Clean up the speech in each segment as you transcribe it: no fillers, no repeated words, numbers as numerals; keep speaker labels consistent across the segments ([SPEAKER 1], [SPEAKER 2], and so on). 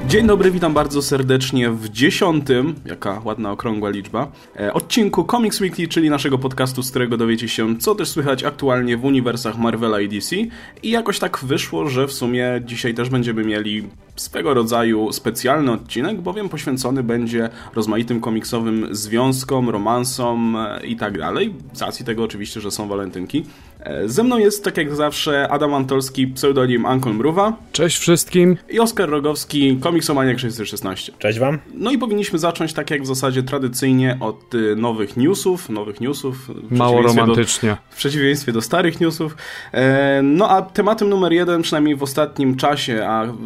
[SPEAKER 1] Dzień dobry, witam bardzo serdecznie w 10., jaka ładna okrągła liczba, odcinku Comics Weekly, czyli naszego podcastu, z którego dowiecie się, co też słychać aktualnie w uniwersach Marvela i DC. I jakoś tak wyszło, że w sumie dzisiaj też będziemy mieli swego rodzaju specjalny odcinek, bowiem poświęcony będzie rozmaitym komiksowym związkom, romansom i tak dalej. Z racji tego oczywiście, że są walentynki. Ze mną jest, tak jak zawsze, Adam Antolski, pseudonim Uncle Mruwa.
[SPEAKER 2] Cześć wszystkim.
[SPEAKER 1] I Oskar Rogowski, Komiksomaniak 616.
[SPEAKER 3] Cześć wam.
[SPEAKER 1] No i powinniśmy zacząć, tak jak w zasadzie tradycyjnie, od nowych newsów.
[SPEAKER 2] Mało romantycznie.
[SPEAKER 1] W przeciwieństwie do starych newsów. No a tematem numer 1, przynajmniej w ostatnim czasie,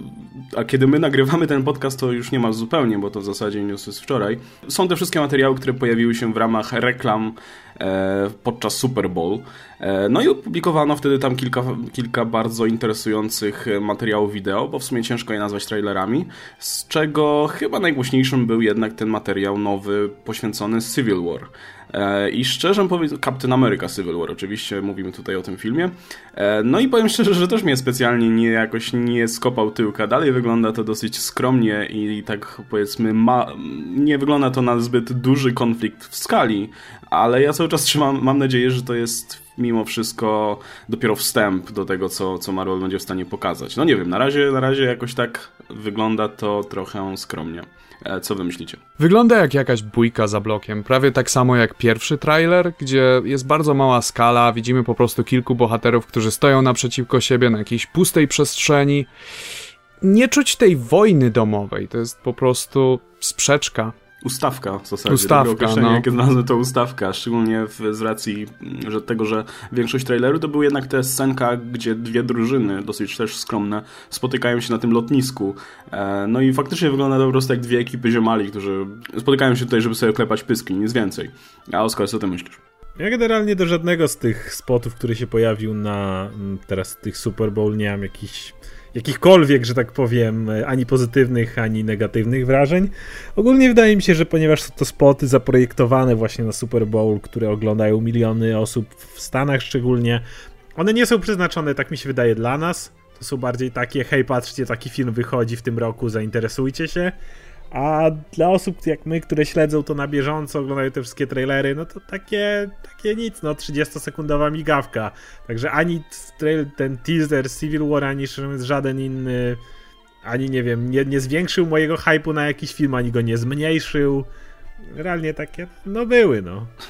[SPEAKER 1] a kiedy my nagrywamy ten podcast, to już nie ma zupełnie, bo to w zasadzie newsy z wczoraj, są te wszystkie materiały, które pojawiły się w ramach reklam podczas Super Bowl. No i opublikowano wtedy tam kilka bardzo interesujących materiałów wideo, bo w sumie ciężko je nazwać trailerami, z czego chyba najgłośniejszym był jednak ten materiał nowy poświęcony Civil War. I szczerze mówiąc, Captain America Civil War, oczywiście mówimy tutaj o tym filmie. No i powiem szczerze, że też mnie specjalnie jakoś nie skopał tyłka. Dalej wygląda to dosyć skromnie i tak powiedzmy nie wygląda to na zbyt duży konflikt w skali, ale ja cały czas mam nadzieję, że to jest mimo wszystko dopiero wstęp do tego, co Marvel będzie w stanie pokazać. No nie wiem, na razie jakoś tak wygląda to trochę skromnie. Co wy myślicie?
[SPEAKER 2] Wygląda jak jakaś bójka za blokiem. Prawie tak samo jak pierwszy trailer, gdzie jest bardzo mała skala. Widzimy po prostu kilku bohaterów, którzy stoją naprzeciwko siebie na jakiejś pustej przestrzeni. Nie czuć tej wojny domowej. To jest po prostu sprzeczka.
[SPEAKER 1] Ustawka w zasadzie.
[SPEAKER 2] Ustawka, no.
[SPEAKER 1] Jakie znalazłem, to ustawka, szczególnie z racji tego, że większość traileru to była jednak ta scenka, gdzie dwie drużyny, dosyć też skromne, spotykają się na tym lotnisku. No i faktycznie wygląda to po prostu jak dwie ekipy ziomali, którzy spotykają się tutaj, żeby sobie klepać pyski, nic więcej. A Oskar, co ty myślisz?
[SPEAKER 3] Ja generalnie do żadnego z tych spotów, który się pojawił na teraz tych Super Bowl, nie mam jakichkolwiek, że tak powiem, ani pozytywnych, ani negatywnych wrażeń. Ogólnie wydaje mi się, że ponieważ są to spoty zaprojektowane właśnie na Super Bowl, które oglądają miliony osób w Stanach szczególnie, one nie są przeznaczone, tak mi się wydaje, dla nas. To są bardziej takie, hej, patrzcie, taki film wychodzi w tym roku, zainteresujcie się. A dla osób jak my, które śledzą to na bieżąco, oglądają te wszystkie trailery, no to takie nic, 30-sekundowa migawka. Także ani ten teaser Civil War, ani żaden inny, ani nie wiem, nie zwiększył mojego hype'u na jakiś film, ani go nie zmniejszył. Realnie takie, były.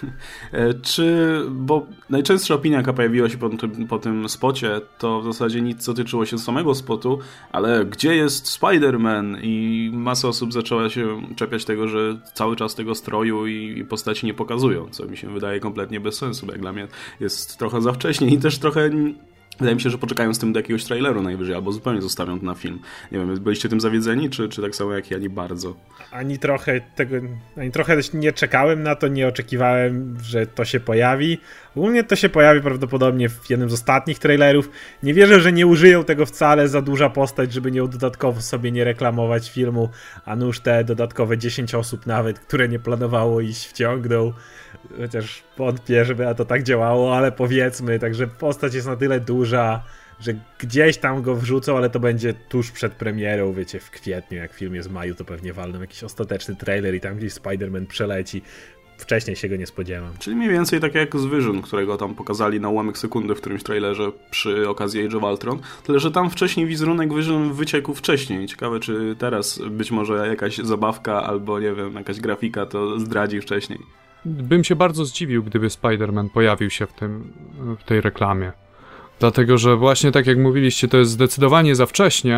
[SPEAKER 1] Bo najczęstsza opinia, jaka pojawiła się po tym spocie, to w zasadzie nic, co tyczyło się samego spotu, ale gdzie jest Spider-Man? I masa osób zaczęła się czepiać tego, że cały czas tego stroju i postaci nie pokazują, co mi się wydaje kompletnie bez sensu, bo jak dla mnie jest trochę za wcześnie i też trochę... Wydaje mi się, że poczekają z tym do jakiegoś traileru najwyżej, albo zupełnie zostawią to na film. Nie wiem, byliście tym zawiedzeni, czy tak samo jak ja, nie bardzo?
[SPEAKER 3] Ani trochę nie czekałem na to, nie oczekiwałem, że to się pojawi. Ogólnie to się pojawi prawdopodobnie w jednym z ostatnich trailerów. Nie wierzę, że nie użyją tego wcale, za duża postać, żeby nią dodatkowo sobie nie reklamować filmu, a nuż te dodatkowe 10 osób nawet, które nie planowało iść, wciągną. Chociaż wątpię, żeby to tak działało, ale powiedzmy, także postać jest na tyle duża, że gdzieś tam go wrzucą, ale to będzie tuż przed premierą, wiecie, w kwietniu, jak film jest w maju, to pewnie walną jakiś ostateczny trailer i tam gdzieś Spider-Man przeleci. Wcześniej się go nie spodziewam.
[SPEAKER 1] Czyli mniej więcej tak jak z Vision, którego tam pokazali na ułamek sekundy w którymś trailerze przy okazji Age of Ultron. Tyle, że tam wcześniej wizerunek Vision wyciekł wcześniej. Ciekawe, czy teraz być może jakaś zabawka albo, nie wiem, jakaś grafika to zdradzi wcześniej.
[SPEAKER 2] Bym się bardzo zdziwił, gdyby Spider-Man pojawił się w tej reklamie. Dlatego, że właśnie tak jak mówiliście, to jest zdecydowanie za wcześnie.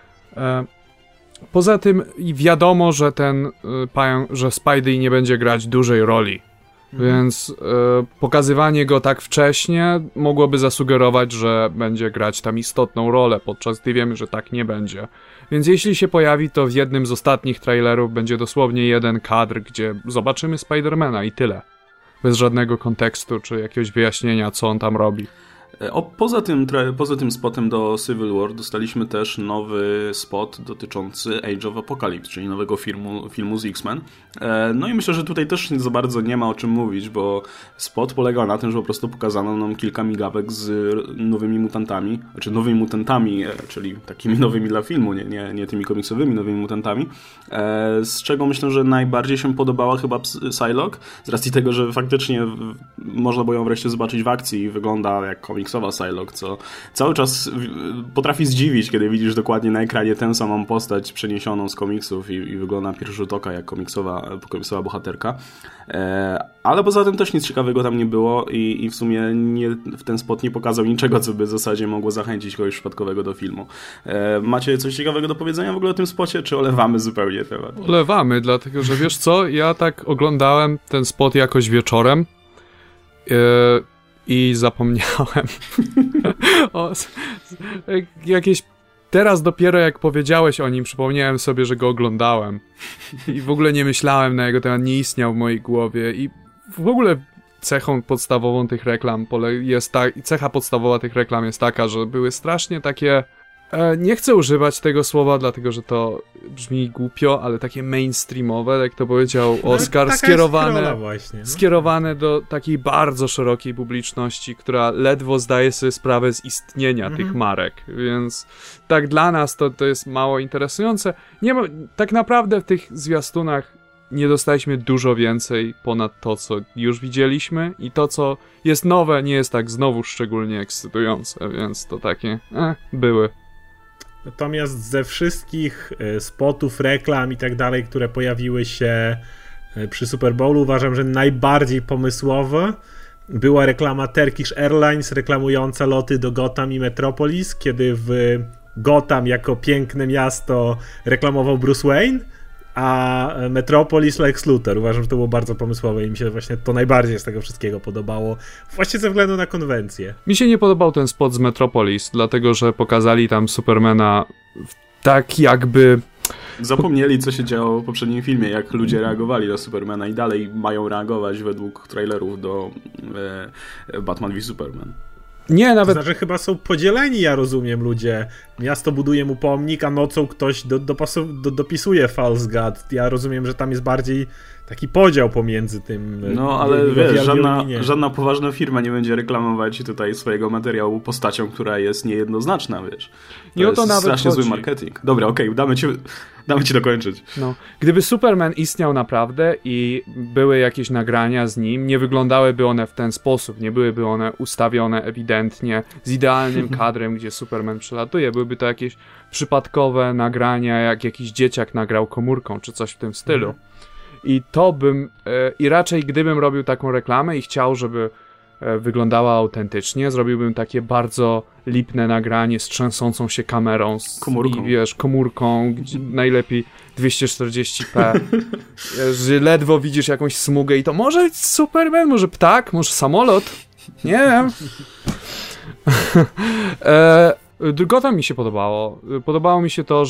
[SPEAKER 2] Poza tym wiadomo, że że Spidey nie będzie grać dużej roli. Więc pokazywanie go tak wcześnie mogłoby zasugerować, że będzie grać tam istotną rolę, podczas gdy wiemy, że tak nie będzie. Więc jeśli się pojawi, to w jednym z ostatnich trailerów będzie dosłownie jeden kadr, gdzie zobaczymy Spidermana i tyle. Bez żadnego kontekstu czy jakiegoś wyjaśnienia, co on tam robi.
[SPEAKER 1] Poza tym spotem do Civil War dostaliśmy też nowy spot dotyczący Age of Apocalypse, czyli nowego filmu z X-Men. No i myślę, że tutaj też za bardzo nie ma o czym mówić, bo spot polegał na tym, że po prostu pokazano nam kilka migawek z nowymi mutantami, czyli takimi nowymi dla filmu, nie tymi komiksowymi nowymi mutantami, z czego myślę, że najbardziej się podobała chyba Psylocke, z racji tego, że faktycznie można było ją wreszcie zobaczyć w akcji i wygląda jak komiksowa Psylocke, co cały czas potrafi zdziwić, kiedy widzisz dokładnie na ekranie tę samą postać przeniesioną z komiksów i wygląda na pierwszy rzut oka jak komiksowa bohaterka. Ale poza tym też nic ciekawego tam nie było i w sumie w ten spot nie pokazał niczego, co by w zasadzie mogło zachęcić kogoś przypadkowego do filmu. Macie coś ciekawego do powiedzenia w ogóle o tym spocie, czy olewamy zupełnie temat?
[SPEAKER 2] Olewamy, dlatego że wiesz co, ja tak oglądałem ten spot jakoś wieczorem i zapomniałem jakieś. Teraz dopiero jak powiedziałeś o nim, przypomniałem sobie, że go oglądałem. I w ogóle nie myślałem na jego temat, nie istniał w mojej głowie. I w ogóle cechą podstawową tych reklam cecha podstawowa tych reklam jest taka, że były strasznie takie... nie chcę używać tego słowa, dlatego że to brzmi głupio, ale takie mainstreamowe, jak to powiedział Oscar, skierowane do takiej bardzo szerokiej publiczności, która ledwo zdaje sobie sprawę z istnienia tych marek, więc tak dla nas to jest mało interesujące. Tak naprawdę w tych zwiastunach nie dostaliśmy dużo więcej ponad to, co już widzieliśmy i to, co jest nowe, nie jest tak znowu szczególnie ekscytujące, więc to takie były.
[SPEAKER 3] Natomiast ze wszystkich spotów, reklam i tak dalej, które pojawiły się przy Super Bowlu, uważam, że najbardziej pomysłowa była reklama Turkish Airlines reklamująca loty do Gotham i Metropolis, kiedy w Gotham jako piękne miasto reklamował Bruce Wayne, a Metropolis Lex Luthor. Uważam, że to było bardzo pomysłowe i mi się właśnie to najbardziej z tego wszystkiego podobało, właśnie ze względu na konwencję.
[SPEAKER 2] Mi się nie podobał ten spot z Metropolis, dlatego że pokazali tam Supermana tak jakby...
[SPEAKER 1] Zapomnieli, co się działo w poprzednim filmie, jak ludzie reagowali na Supermana i dalej mają reagować według trailerów do Batman v Superman.
[SPEAKER 3] Nie, nawet... To znaczy chyba są podzieleni, ja rozumiem, ludzie. Miasto buduje mu pomnik, a nocą ktoś dopisuje False God. Ja rozumiem, że tam jest bardziej taki podział pomiędzy tym...
[SPEAKER 1] No, ale wiesz, żadna poważna firma nie będzie reklamować tutaj swojego materiału postacią, która jest niejednoznaczna, wiesz. To jest nawet strasznie zły marketing. Dobra, okej, damy ci dokończyć.
[SPEAKER 2] No, gdyby Superman istniał naprawdę i były jakieś nagrania z nim, nie wyglądałyby one w ten sposób, nie byłyby one ustawione ewidentnie z idealnym kadrem, gdzie Superman przelatuje. Byłyby to jakieś przypadkowe nagrania, jak jakiś dzieciak nagrał komórką, czy coś w tym stylu. I to i raczej gdybym robił taką reklamę i chciał, żeby wyglądała autentycznie, zrobiłbym takie bardzo lipne nagranie z trzęsącą się kamerą.
[SPEAKER 1] Komórką.
[SPEAKER 2] I wiesz, komórką, najlepiej 240p. Że ledwo widzisz jakąś smugę i to może być Superman, może ptak, może samolot. Nie wiem. Gotham mi się podobało. Podobało mi się to,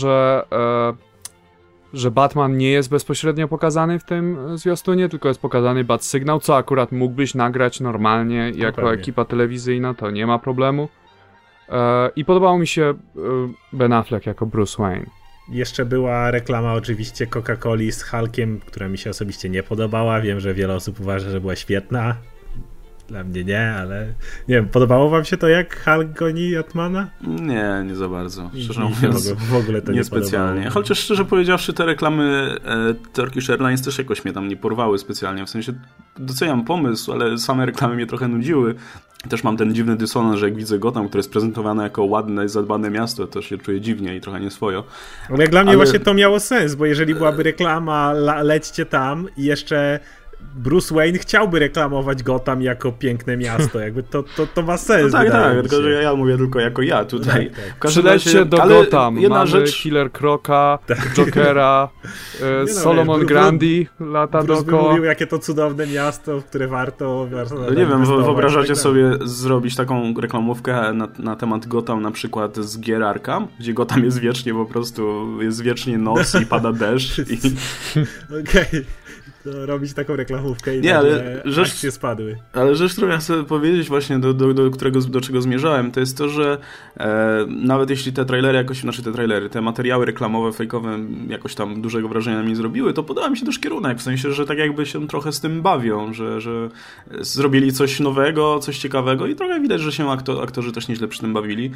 [SPEAKER 2] że Batman nie jest bezpośrednio pokazany w tym zwiastunie, tylko jest pokazany Bat Sygnał, co akurat mógłbyś nagrać normalnie jako ekipa telewizyjna, to nie ma problemu. I podobało mi się Ben Affleck jako Bruce Wayne.
[SPEAKER 3] Jeszcze była reklama oczywiście Coca-Coli z Hulkiem, która mi się osobiście nie podobała. Wiem, że wiele osób uważa, że była świetna. Dla mnie nie, ale nie wiem, podobało wam się to, jak Hulk goni Batmana?
[SPEAKER 1] Nie za bardzo. Szczerze mówiąc,
[SPEAKER 3] w ogóle to nie
[SPEAKER 1] specjalnie. Chociaż szczerze powiedziawszy, te reklamy Turkish Airlines też jakoś mnie tam nie porwały specjalnie. W sensie doceniam pomysł, ale same reklamy mnie trochę nudziły. Też mam ten dziwny dysonans, że jak widzę Gotham, które jest prezentowane jako ładne, zadbane miasto, to się czuję dziwnie i trochę nieswojo.
[SPEAKER 3] Ale jak dla mnie właśnie to miało sens, bo jeżeli byłaby reklama lećcie tam i jeszcze Bruce Wayne chciałby reklamować Gotham jako piękne miasto, jakby to ma sens.
[SPEAKER 1] No tak, tylko że ja mówię tylko jako ja tutaj.
[SPEAKER 2] Tak. Przylećcie do Gotham, mamy Killer Croca, Jokera, Solomon Grundy lata dookoła.
[SPEAKER 3] Mówił, jakie to cudowne miasto, w które warto
[SPEAKER 1] nie wiem, wyobrażacie sobie zrobić taką reklamówkę na temat Gotham na przykład z gier Arkham, gdzie Gotham jest wiecznie po prostu, jest wiecznie noc i pada deszcz.
[SPEAKER 3] Okej. robić taką reklamówkę i akcje spadły.
[SPEAKER 1] Ale rzecz, którą ja chcę powiedzieć właśnie, do czego zmierzałem, to jest to, że nawet jeśli te trailery te materiały reklamowe, fejkowe jakoś tam dużego wrażenia mi zrobiły, to podoba mi się też kierunek, w sensie, że tak jakby się trochę z tym bawią, że zrobili coś nowego, coś ciekawego i trochę widać, że się aktorzy też nieźle przy tym bawili.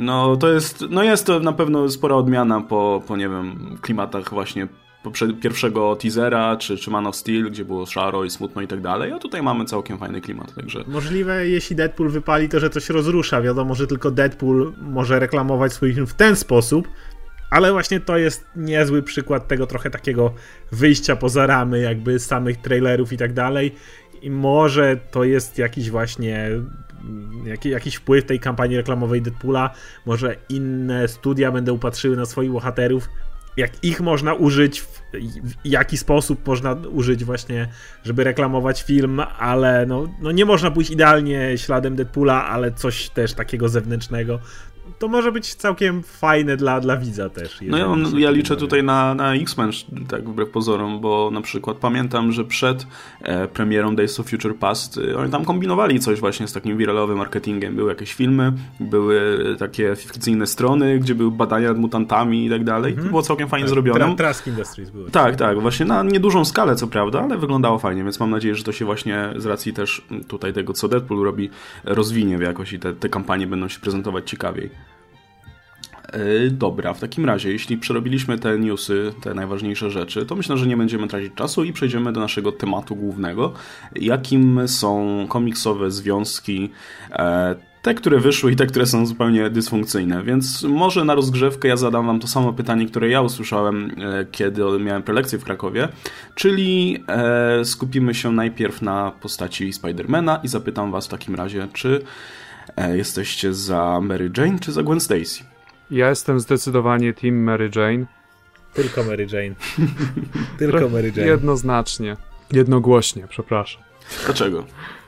[SPEAKER 1] Jest to na pewno spora odmiana po nie wiem, klimatach właśnie pierwszego teasera, czy Man of Steel, gdzie było szaro i smutno i tak dalej, a tutaj mamy całkiem fajny klimat, także...
[SPEAKER 3] Możliwe, jeśli Deadpool wypali, to że coś rozrusza. Wiadomo, że tylko Deadpool może reklamować swój film w ten sposób, ale właśnie to jest niezły przykład tego trochę takiego wyjścia poza ramy jakby samych trailerów i tak dalej i może to jest jakiś właśnie jakiś wpływ tej kampanii reklamowej Deadpoola, może inne studia będą patrzyły na swoich bohaterów, jak ich można użyć, w jaki sposób można użyć właśnie, żeby reklamować film, ale no nie można pójść idealnie śladem Deadpoola, ale coś też takiego zewnętrznego. To może być całkiem fajne dla widza też.
[SPEAKER 1] Ja liczę tutaj na X-Men, tak wbrew pozorom, bo na przykład pamiętam, że przed premierą Days of Future Past oni tam kombinowali coś właśnie z takim wiralowym marketingiem. Były jakieś filmy, były takie fikcyjne strony, gdzie były badania nad mutantami i tak dalej. To było całkiem fajnie zrobione.
[SPEAKER 3] Trask Industries były.
[SPEAKER 1] Tak, właśnie na niedużą skalę co prawda, ale wyglądało fajnie, więc mam nadzieję, że to się właśnie z racji też tutaj tego, co Deadpool robi, rozwinie w jakoś i te kampanie będą się prezentować ciekawiej. Dobra, w takim razie, jeśli przerobiliśmy te newsy, te najważniejsze rzeczy, to myślę, że nie będziemy tracić czasu i przejdziemy do naszego tematu głównego, jakim są komiksowe związki, te, które wyszły i te, które są zupełnie dysfunkcyjne. Więc może na rozgrzewkę ja zadam wam to samo pytanie, które ja usłyszałem, kiedy miałem prelekcję w Krakowie, czyli skupimy się najpierw na postaci Spidermana i zapytam was w takim razie, czy jesteście za Mary Jane, czy za Gwen Stacy?
[SPEAKER 2] Ja jestem zdecydowanie team Mary Jane.
[SPEAKER 3] Tylko Mary Jane. Tylko Mary Jane.
[SPEAKER 2] Jednoznacznie. Jednogłośnie, przepraszam.
[SPEAKER 1] Dlaczego?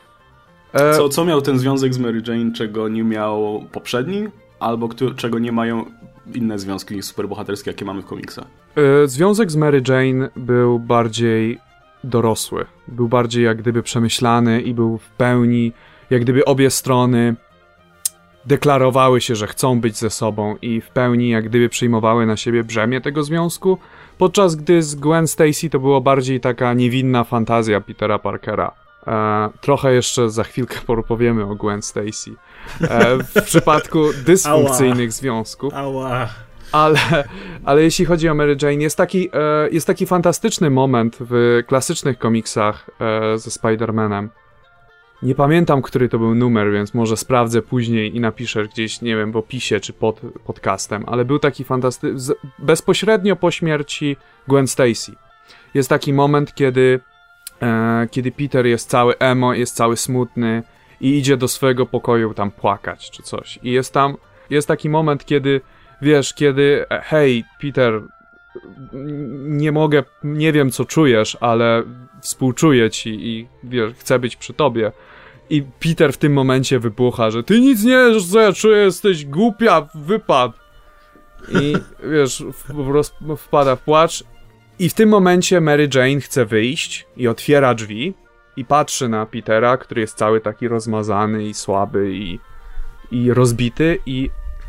[SPEAKER 1] Co miał ten związek z Mary Jane, czego nie miał poprzedni? Albo czego nie mają inne związki superbohaterskie, jakie mamy w komiksach?
[SPEAKER 2] Związek z Mary Jane był bardziej dorosły. Był bardziej jak gdyby przemyślany i był w pełni, jak gdyby obie strony deklarowały się, że chcą być ze sobą i w pełni jak gdyby przyjmowały na siebie brzemię tego związku, podczas gdy z Gwen Stacy to było bardziej taka niewinna fantazja Petera Parkera. Trochę jeszcze za chwilkę powiemy o Gwen Stacy. W przypadku dysfunkcyjnych związków. Ale jeśli chodzi o Mary Jane, jest taki fantastyczny moment w klasycznych komiksach ze Spider-Manem. Nie pamiętam, który to był numer, więc może sprawdzę później i napiszę gdzieś, nie wiem, w opisie czy pod podcastem, ale był taki fantastyczny, bezpośrednio po śmierci Gwen Stacy. Jest taki moment, kiedy Peter jest cały emo, jest cały smutny i idzie do swojego pokoju tam płakać czy coś. I jest taki moment, kiedy, wiesz, hej, Peter, nie wiem co czujesz, ale współczuję ci i wiesz, chcę być przy tobie. I Peter w tym momencie wybucha, że ty nic nie wiesz, co ja czuję, jesteś głupia, wypad. I wiesz, po prostu wpada w płacz. I w tym momencie Mary Jane chce wyjść i otwiera drzwi i patrzy na Petera, który jest cały taki rozmazany i słaby i rozbity i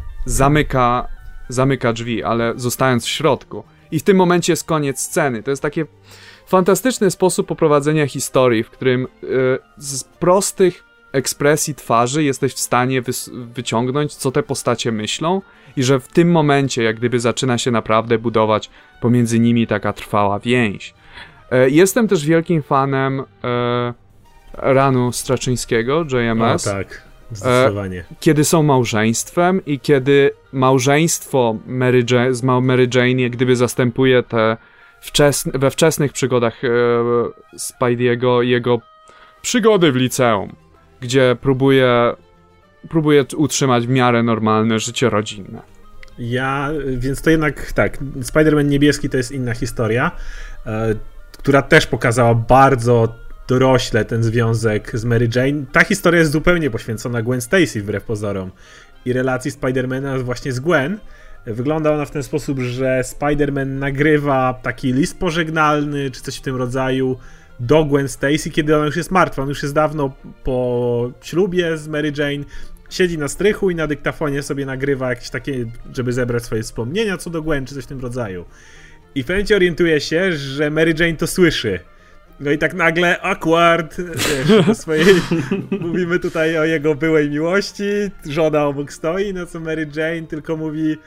[SPEAKER 2] zamyka drzwi, ale zostając w środku. I w tym momencie jest koniec sceny. To jest taki fantastyczny sposób poprowadzenia historii, w którym z prostych ekspresji twarzy jesteś w stanie wyciągnąć, co te postacie myślą i że w tym momencie jak gdyby zaczyna się naprawdę budować pomiędzy nimi taka trwała więź. Jestem też wielkim fanem Ranu Straczyńskiego, JMS.
[SPEAKER 3] O tak, zdecydowanie.
[SPEAKER 2] Kiedy są małżeństwem i kiedy małżeństwo z Mary Jane jak gdyby zastępuje te we wczesnych przygodach Spidey'ego jego przygody w liceum, gdzie próbuje utrzymać w miarę normalne życie rodzinne.
[SPEAKER 3] Więc to jednak tak, Spider-Man niebieski to jest inna historia, która też pokazała bardzo dorośle ten związek z Mary Jane. Ta historia jest zupełnie poświęcona Gwen Stacy wbrew pozorom i relacji Spider-Mana właśnie z Gwen. Wygląda ona w ten sposób, że Spider-Man nagrywa taki list pożegnalny, czy coś w tym rodzaju, do Gwen Stacy, kiedy ona już jest martwa. On już jest dawno po ślubie z Mary Jane, siedzi na strychu i na dyktafonie sobie nagrywa jakieś takie, żeby zebrać swoje wspomnienia co do Gwen, czy coś w tym rodzaju. I w pewnym momencie orientuje się, że Mary Jane to słyszy. No i tak nagle awkward, wiesz, do swojej, mówimy tutaj o jego byłej miłości, żona obok stoi, no co Mary Jane tylko mówi,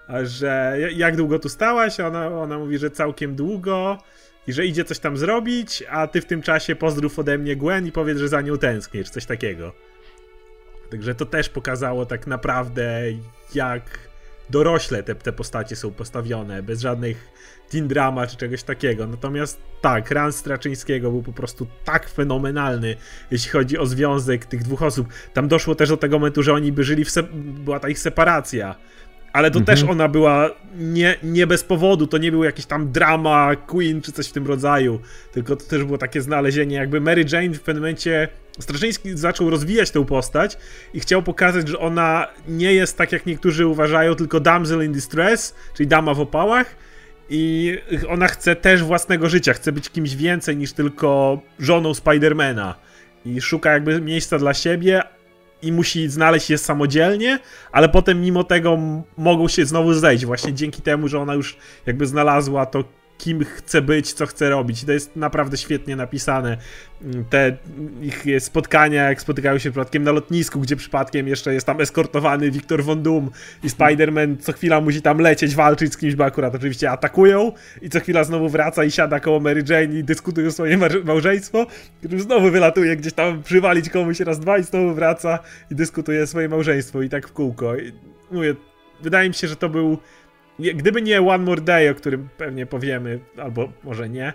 [SPEAKER 3] że jak długo tu stałaś? Ona mówi, że całkiem długo i że idzie coś tam zrobić, a ty w tym czasie pozdrów ode mnie Gwen i powiedz, że za nią tęsknisz, czy coś takiego. Także to też pokazało tak naprawdę, jak dorośle te postacie są postawione, bez żadnych teen drama czy czegoś takiego. Natomiast tak, run Straczyńskiego był po prostu tak fenomenalny, jeśli chodzi o związek tych dwóch osób. Tam doszło też do tego momentu, że oni by żyli była ta ich separacja. Ale to też ona była nie bez powodu, to nie był jakiś tam drama Queen czy coś w tym rodzaju, tylko to też było takie znalezienie, jakby Mary Jane w pewnym momencie, Straczyński zaczął rozwijać tę postać i chciał pokazać, że ona nie jest tak jak niektórzy uważają, tylko damsel in distress, czyli dama w opałach, i ona chce też własnego życia, chce być kimś więcej niż tylko żoną Spidermana i szuka jakby miejsca dla siebie i musi znaleźć je samodzielnie, ale potem mimo tego mogą się znowu zejść właśnie dzięki temu, że ona już jakby znalazła to, kim chce być, co chce robić. To jest naprawdę świetnie napisane. Te ich spotkania, jak spotykają się przypadkiem na lotnisku, gdzie przypadkiem jeszcze jest tam eskortowany Victor Von Doom i Spider-Man co chwila musi tam lecieć, walczyć z kimś, bo akurat oczywiście atakują i co chwila znowu wraca i siada koło Mary Jane i dyskutują swoje małżeństwo, którym znowu wylatuje gdzieś tam przywalić komuś raz, dwa i znowu wraca i dyskutuje swoje małżeństwo i tak w kółko. I mówię, wydaje mi się, że to był, gdyby nie One More Day, o którym pewnie powiemy, albo może nie,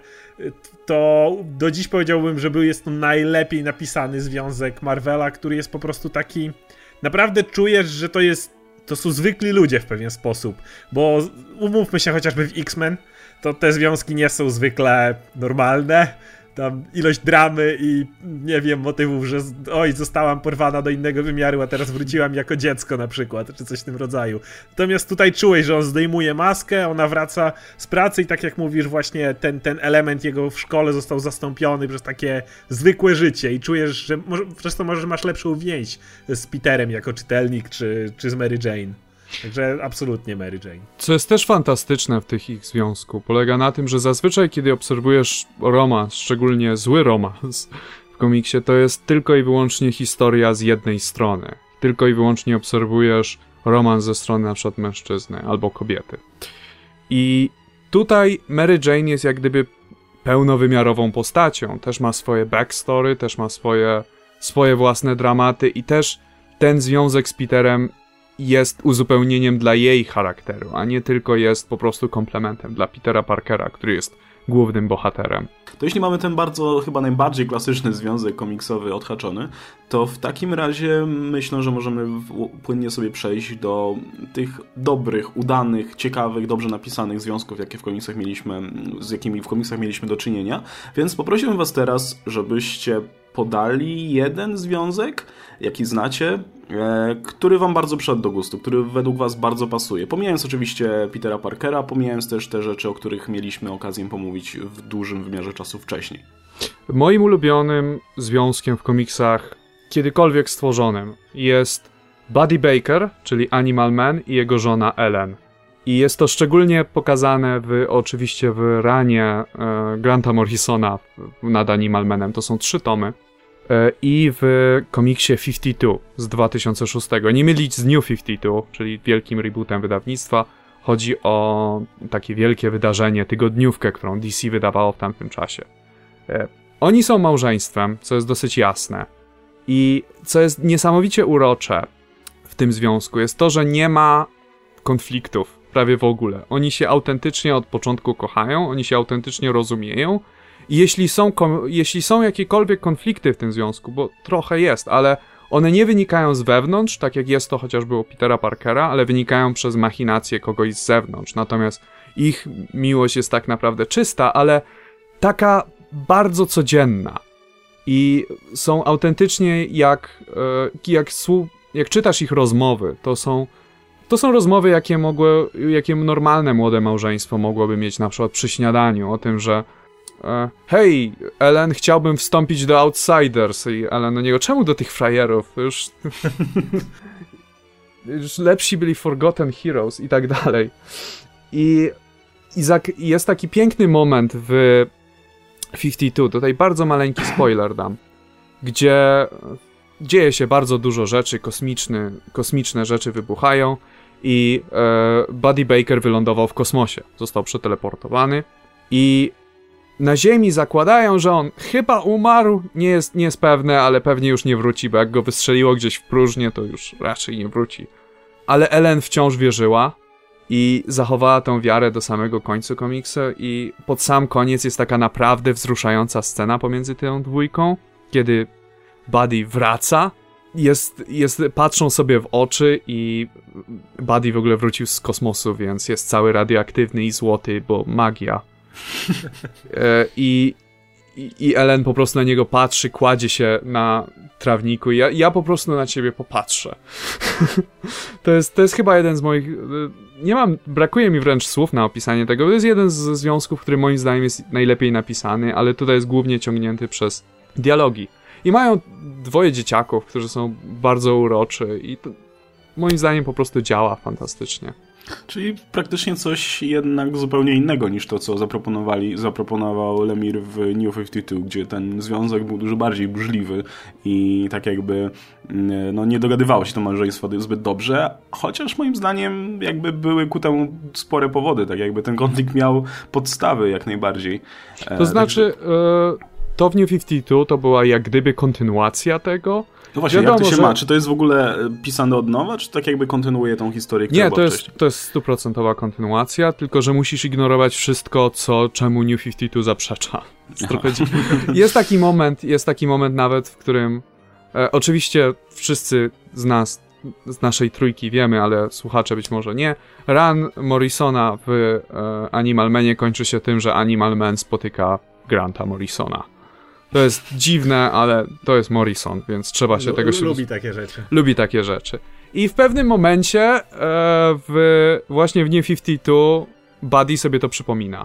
[SPEAKER 3] to do dziś powiedziałbym, że jest to najlepiej napisany związek Marvela, który jest po prostu taki, naprawdę czujesz, że to są zwykli ludzie w pewien sposób, bo umówmy się, chociażby w X-Men, to te związki nie są zwykle normalne. Tam ilość dramy i nie wiem, motywów, że zostałam porwana do innego wymiaru, a teraz wróciłam jako dziecko na przykład, czy coś w tym rodzaju. Natomiast tutaj czułeś, że on zdejmuje maskę, ona wraca z pracy i tak jak mówisz, właśnie ten element jego w szkole został zastąpiony przez takie zwykłe życie i czujesz, że przez to może masz lepszą więź z Peterem jako czytelnik, czy z Mary Jane. Także absolutnie Mary Jane.
[SPEAKER 2] Co jest też fantastyczne w tych ich związku, polega na tym, że zazwyczaj kiedy obserwujesz romans, szczególnie zły romans w komiksie, to jest tylko i wyłącznie historia z jednej strony. Tylko i wyłącznie obserwujesz romans ze strony na przykład mężczyzny albo kobiety. I tutaj Mary Jane jest jak gdyby pełnowymiarową postacią. Też ma swoje backstory, też ma swoje własne dramaty i też ten związek z Peterem jest uzupełnieniem dla jej charakteru, a nie tylko jest po prostu komplementem dla Petera Parkera, który jest głównym bohaterem.
[SPEAKER 1] To jeśli mamy ten chyba najbardziej klasyczny związek komiksowy odhaczony, to w takim razie myślę, że możemy płynnie sobie przejść do tych dobrych, udanych, ciekawych, dobrze napisanych związków, z jakimi w komiksach mieliśmy do czynienia. Więc poprosiłbym was teraz, żebyście podali jeden związek, jaki znacie, który wam bardzo przypadł do gustu, który według was bardzo pasuje. Pomijając oczywiście Petera Parkera, pomijając też te rzeczy, o których mieliśmy okazję pomówić w dużym wymiarze czasu wcześniej.
[SPEAKER 2] Moim ulubionym związkiem w komiksach kiedykolwiek stworzonym jest Buddy Baker, czyli Animal Man, i jego żona Ellen. I jest to szczególnie pokazane oczywiście w ranie Granta Morrisona nad Animal Manem. To są 3 tomy. I w komiksie 52 z 2006. Nie mylić z New 52, czyli wielkim rebootem wydawnictwa. Chodzi o takie wielkie wydarzenie, tygodniówkę, którą DC wydawało w tamtym czasie. Oni są małżeństwem, co jest dosyć jasne. I co jest niesamowicie urocze w tym związku, jest to, że nie ma konfliktów prawie w ogóle. Oni się autentycznie od początku kochają, oni się autentycznie rozumieją. I jeśli są jakiekolwiek konflikty w tym związku, bo trochę jest, ale one nie wynikają z wewnątrz, tak jak jest to chociażby u Petera Parkera, ale wynikają przez machinację kogoś z zewnątrz. Natomiast ich miłość jest tak naprawdę czysta, ale taka bardzo codzienna. I są autentycznie jak czytasz ich rozmowy, To są rozmowy, jakie normalne młode małżeństwo mogłoby mieć na przykład przy śniadaniu, o tym, że hej, Ellen, chciałbym wstąpić do Outsiders. I Ellen do niego, czemu do tych frajerów? Już lepsi byli Forgotten Heroes i tak dalej. I jest taki piękny moment w 52, tutaj bardzo maleńki spoiler dam, gdzie dzieje się bardzo dużo rzeczy, kosmiczne rzeczy wybuchają i Buddy Baker wylądował w kosmosie. Został przeteleportowany i na Ziemi zakładają, że on chyba umarł, nie jest pewne, ale pewnie już nie wróci, bo jak go wystrzeliło gdzieś w próżnię, to już raczej nie wróci. Ale Ellen wciąż wierzyła i zachowała tą wiarę do samego końca komiksu i pod sam koniec jest taka naprawdę wzruszająca scena pomiędzy tą dwójką, kiedy Buddy wraca, patrzą sobie w oczy i Buddy w ogóle wrócił z kosmosu, więc jest cały radioaktywny i złoty, bo magia. I Ellen po prostu na niego patrzy, kładzie się na trawniku i ja po prostu na ciebie popatrzę. To jest chyba jeden z moich... Brakuje mi wręcz słów na opisanie tego, to jest jeden z związków, który moim zdaniem jest najlepiej napisany, ale tutaj jest głównie ciągnięty przez dialogi. I mają dwoje dzieciaków, którzy są bardzo uroczy i to moim zdaniem po prostu działa fantastycznie.
[SPEAKER 1] Czyli praktycznie coś jednak zupełnie innego niż to, co zaproponował Lemire w New 52, gdzie ten związek był dużo bardziej burzliwy i tak jakby nie dogadywało się to małżeństwo zbyt dobrze, chociaż moim zdaniem jakby były ku temu spore powody, tak jakby ten konflikt miał podstawy jak najbardziej.
[SPEAKER 2] To znaczy, to w New 52 to była jak gdyby kontynuacja tego.
[SPEAKER 1] No właśnie, wiadomo, jak to się ma? Czy to jest w ogóle pisane od nowa, czy tak jakby kontynuuje tą historię, która była wcześniej?
[SPEAKER 2] To jest 100% kontynuacja, tylko że musisz ignorować wszystko, czemu New 52 zaprzecza. Jest taki moment nawet, w którym oczywiście wszyscy z naszej trójki wiemy, ale słuchacze być może nie. Run Morrisona w Animal Manie kończy się tym, że Animal Man spotyka Granta Morrisona. To jest dziwne, ale to jest Morrison, więc trzeba się tego... Lubi takie rzeczy. I w pewnym momencie właśnie w New 52 Buddy sobie to przypomina.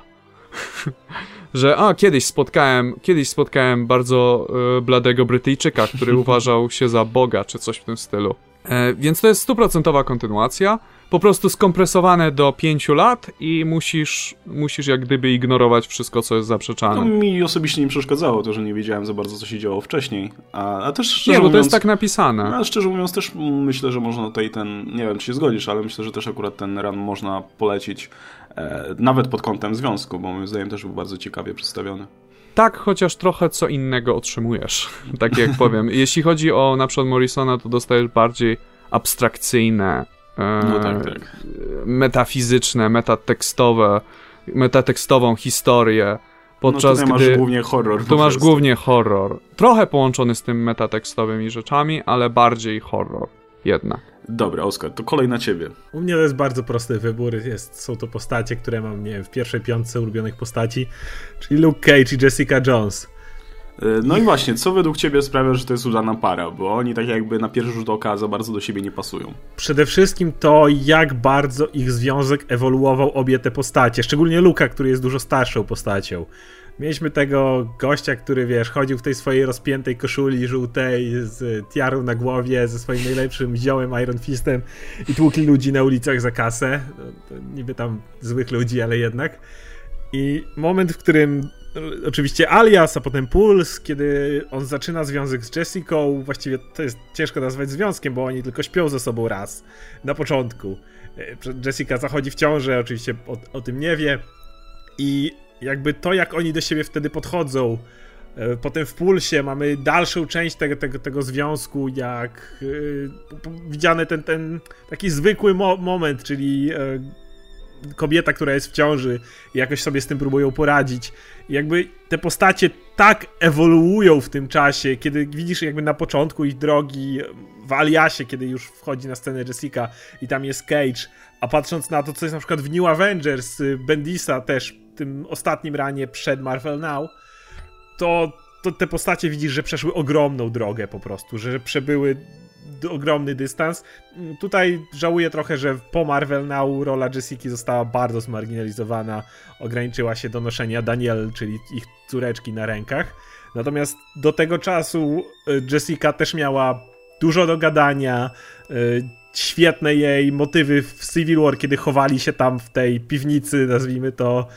[SPEAKER 2] Że kiedyś spotkałem bardzo bladego Brytyjczyka, który uważał się za Boga, czy coś w tym stylu. Więc to jest 100% kontynuacja, po prostu skompresowane do 5 lat i musisz jak gdyby ignorować wszystko, co jest zaprzeczane.
[SPEAKER 1] To mi osobiście nie przeszkadzało to, że nie wiedziałem za bardzo, co się działo wcześniej. A też szczerze
[SPEAKER 2] mówiąc, to jest tak napisane.
[SPEAKER 1] A szczerze mówiąc też myślę, że można tutaj nie wiem, czy się zgodzisz, ale myślę, że też akurat ten run można polecić nawet pod kątem związku, bo moim zdaniem też był bardzo ciekawie przedstawiony.
[SPEAKER 2] Tak, chociaż trochę co innego otrzymujesz, tak jak powiem. Jeśli chodzi o na przykład Morrisona, to dostajesz bardziej abstrakcyjne, metafizyczne, metatekstową historię, podczas
[SPEAKER 1] gdy masz głównie horror.
[SPEAKER 2] Tu masz głównie horror. Trochę połączony z tym metatekstowymi rzeczami, ale bardziej horror jednak.
[SPEAKER 1] Dobra, Oskar, to kolej na ciebie.
[SPEAKER 3] U mnie to jest bardzo prosty wybór. Są to postacie, które mam, nie wiem, w pierwszej 5 ulubionych postaci, czyli Luke Cage i Jessica Jones.
[SPEAKER 1] No i właśnie, co według ciebie sprawia, że to jest udana para? Bo oni tak jakby na pierwszy rzut oka za bardzo do siebie nie pasują.
[SPEAKER 3] Przede wszystkim to, jak bardzo ich związek ewoluował obie te postacie. Szczególnie Luke'a, który jest dużo starszą postacią. Mieliśmy tego gościa, który, wiesz, chodził w tej swojej rozpiętej koszuli żółtej z tiarą na głowie, ze swoim najlepszym ziołem Iron Fistem i tłukli ludzi na ulicach za kasę. No, to niby tam złych ludzi, ale jednak. I moment, w którym oczywiście Alias, a potem Puls, kiedy on zaczyna związek z Jessicą, właściwie to jest ciężko nazwać związkiem, bo oni tylko śpią ze sobą raz na początku. Jessica zachodzi w ciążę, oczywiście o tym nie wie i jakby to, jak oni do siebie wtedy podchodzą. Potem w Pulsie mamy dalszą część tego związku, jak widziany ten taki zwykły moment, czyli kobieta, która jest w ciąży i jakoś sobie z tym próbują poradzić. I jakby te postacie tak ewoluują w tym czasie, kiedy widzisz jakby na początku ich drogi w Aliasie, kiedy już wchodzi na scenę Jessica i tam jest Cage, a patrząc na to, co jest na przykład w New Avengers, Bendisa też w tym ostatnim ranie przed Marvel Now, to te postacie widzisz, że przeszły ogromną drogę po prostu, że przebyły ogromny dystans. Tutaj żałuję trochę, że po Marvel Now rola Jessiki została bardzo zmarginalizowana, ograniczyła się do noszenia Danielle, czyli ich córeczki na rękach. Natomiast do tego czasu Jessica też miała dużo do gadania, świetne jej motywy w Civil War, kiedy chowali się tam w tej piwnicy, nazwijmy to,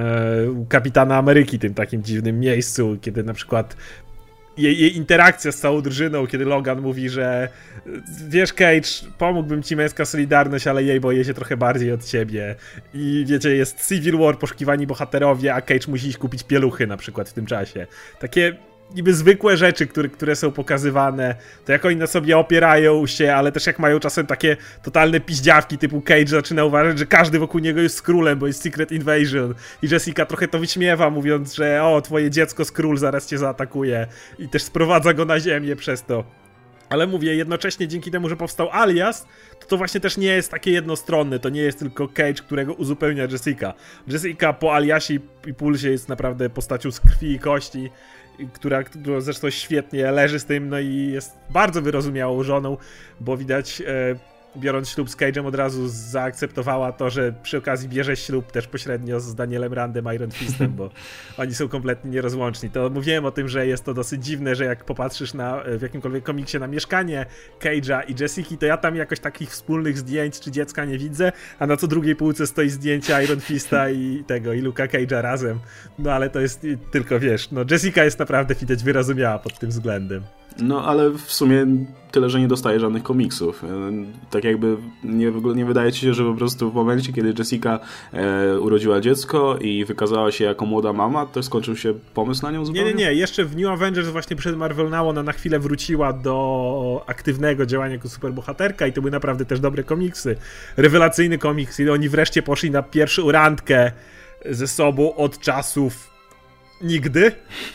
[SPEAKER 3] Kapitana Ameryki, tym takim dziwnym miejscu, kiedy na przykład jej interakcja z całą drużyną, kiedy Logan mówi, że wiesz, Cage, pomógłbym ci, męska solidarność, ale jej boję się trochę bardziej od ciebie. I wiecie, jest Civil War, poszukiwani bohaterowie, a Cage musi iść kupić pieluchy na przykład w tym czasie. Takie niby zwykłe rzeczy, które są pokazywane, to jak oni na sobie opierają się, ale też jak mają czasem takie totalne piździawki typu Cage zaczyna uważać, że każdy wokół niego jest Skrullem, bo jest Secret Invasion i Jessica trochę to wyśmiewa, mówiąc, że twoje dziecko Skrull zaraz cię zaatakuje i też sprowadza go na ziemię przez to. Ale mówię, jednocześnie dzięki temu, że powstał Alias, to właśnie też nie jest takie jednostronne, to nie jest tylko Cage, którego uzupełnia Jessica. Jessica po Aliasie i Pulsie jest naprawdę postacią z krwi i kości, która zresztą świetnie leży z tym, no i jest bardzo wyrozumiałą żoną, bo widać, biorąc ślub z Cage'em, od razu zaakceptowała to, że przy okazji bierze ślub też pośrednio z Danielem Randem, Iron Fistem, bo oni są kompletnie nierozłączni. To mówiłem o tym, że jest to dosyć dziwne, że jak popatrzysz w jakimkolwiek komiksie na mieszkanie Cage'a i Jessiki, to ja tam jakoś takich wspólnych zdjęć czy dziecka nie widzę, a na co drugiej półce stoi zdjęcie Iron Fista i Luke'a Cage'a razem. No ale to jest tylko, wiesz, no Jessica jest naprawdę widać wyrozumiała pod tym względem.
[SPEAKER 1] No, ale w sumie tyle, że nie dostaje żadnych komiksów. Tak jakby nie wydaje ci się, że po prostu w momencie, kiedy Jessica urodziła dziecko i wykazała się jako młoda mama, to skończył się pomysł na nią zupełnie?
[SPEAKER 3] Nie. Jeszcze w New Avengers właśnie przed Marvel Now ona na chwilę wróciła do aktywnego działania jako superbohaterka i to były naprawdę też dobre komiksy. Rewelacyjny komiks i oni wreszcie poszli na pierwszą randkę ze sobą od czasów nigdy.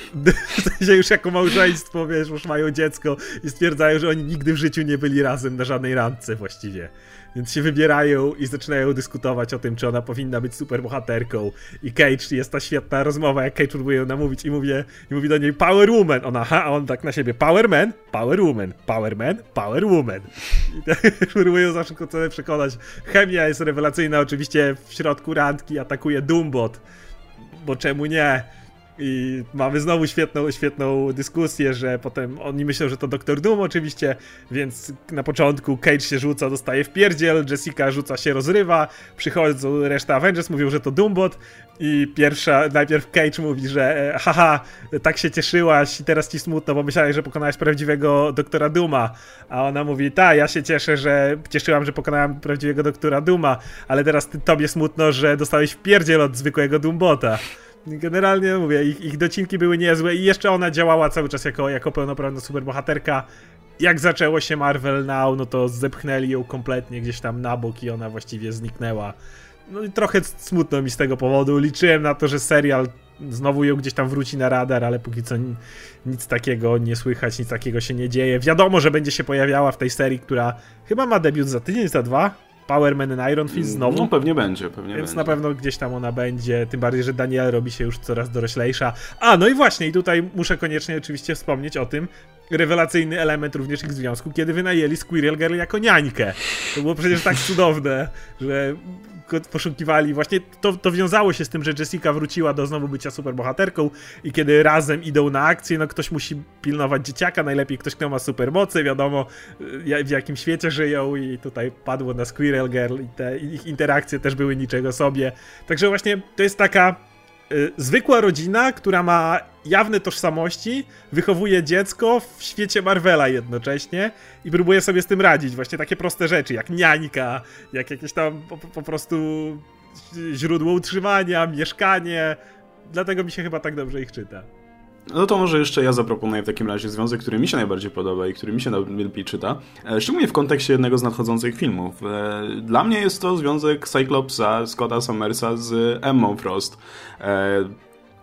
[SPEAKER 3] W sensie już jako małżeństwo, wiesz, już mają dziecko i stwierdzają, że oni nigdy w życiu nie byli razem na żadnej randce właściwie. Więc się wybierają i zaczynają dyskutować o tym, czy ona powinna być superbohaterką. I Cage, jest ta świetna rozmowa, jak Cage próbuje ją namówić i mówi do niej Power Woman. Ona, a on tak na siebie Power Man, Power Woman, Power Man, Power Woman. I tak próbują zawsze przekonać. Chemia jest rewelacyjna, oczywiście w środku randki atakuje Doombot, bo czemu nie? I mamy znowu świetną dyskusję, że potem oni myślą, że to Dr. Doom oczywiście, więc na początku Cage się rzuca, dostaje wpierdziel, Jessica rzuca się, rozrywa, przychodzą reszta Avengers, mówią, że to Doombot i najpierw Cage mówi, że haha, tak się cieszyłaś i teraz ci smutno, bo myślałeś, że pokonałeś prawdziwego Doktora Dooma, a ona mówi, ja się cieszyłam, że pokonałem prawdziwego Doktora Dooma, ale teraz tobie smutno, że dostałeś wpierdziel od zwykłego Doombota. Generalnie mówię, ich docinki były niezłe i jeszcze ona działała cały czas jako pełnoprawna superbohaterka. Jak zaczęło się Marvel Now, no to zepchnęli ją kompletnie gdzieś tam na bok i ona właściwie zniknęła. No i trochę smutno mi z tego powodu. Liczyłem na to, że serial znowu ją gdzieś tam wróci na radar, ale póki co nic takiego nie słychać, nic takiego się nie dzieje. Wiadomo, że będzie się pojawiała w tej serii, która chyba ma debiut za tydzień, za 2. Power Man and Iron Fist znowu?
[SPEAKER 1] No pewnie będzie.
[SPEAKER 3] Więc na pewno gdzieś tam ona będzie, tym bardziej, że Danielle robi się już coraz doroślejsza. No i właśnie, i tutaj muszę koniecznie oczywiście wspomnieć o tym, rewelacyjny element również ich związku, kiedy wynajęli Squirrel Girl jako niańkę. To było przecież tak cudowne, że poszukiwali, właśnie to wiązało się z tym, że Jessica wróciła do znowu bycia superbohaterką i kiedy razem idą na akcję, no ktoś musi pilnować dzieciaka, najlepiej ktoś, kto ma supermocy, wiadomo w jakim świecie żyją i tutaj padło na Squirrel Girl i te ich interakcje też były niczego sobie. Także właśnie to jest taka zwykła rodzina, która ma jawne tożsamości, wychowuje dziecko w świecie Marvela jednocześnie i próbuje sobie z tym radzić. Właśnie takie proste rzeczy, jak niańka, jak jakieś tam po prostu źródło utrzymania, mieszkanie. Dlatego mi się chyba tak dobrze ich czyta.
[SPEAKER 1] No to może jeszcze ja zaproponuję w takim razie związek, który mi się najbardziej podoba i który mi się najlepiej czyta, szczególnie w kontekście jednego z nadchodzących filmów. Dla mnie jest to związek Cyclopsa, Scotta Summersa z Emmą Frost.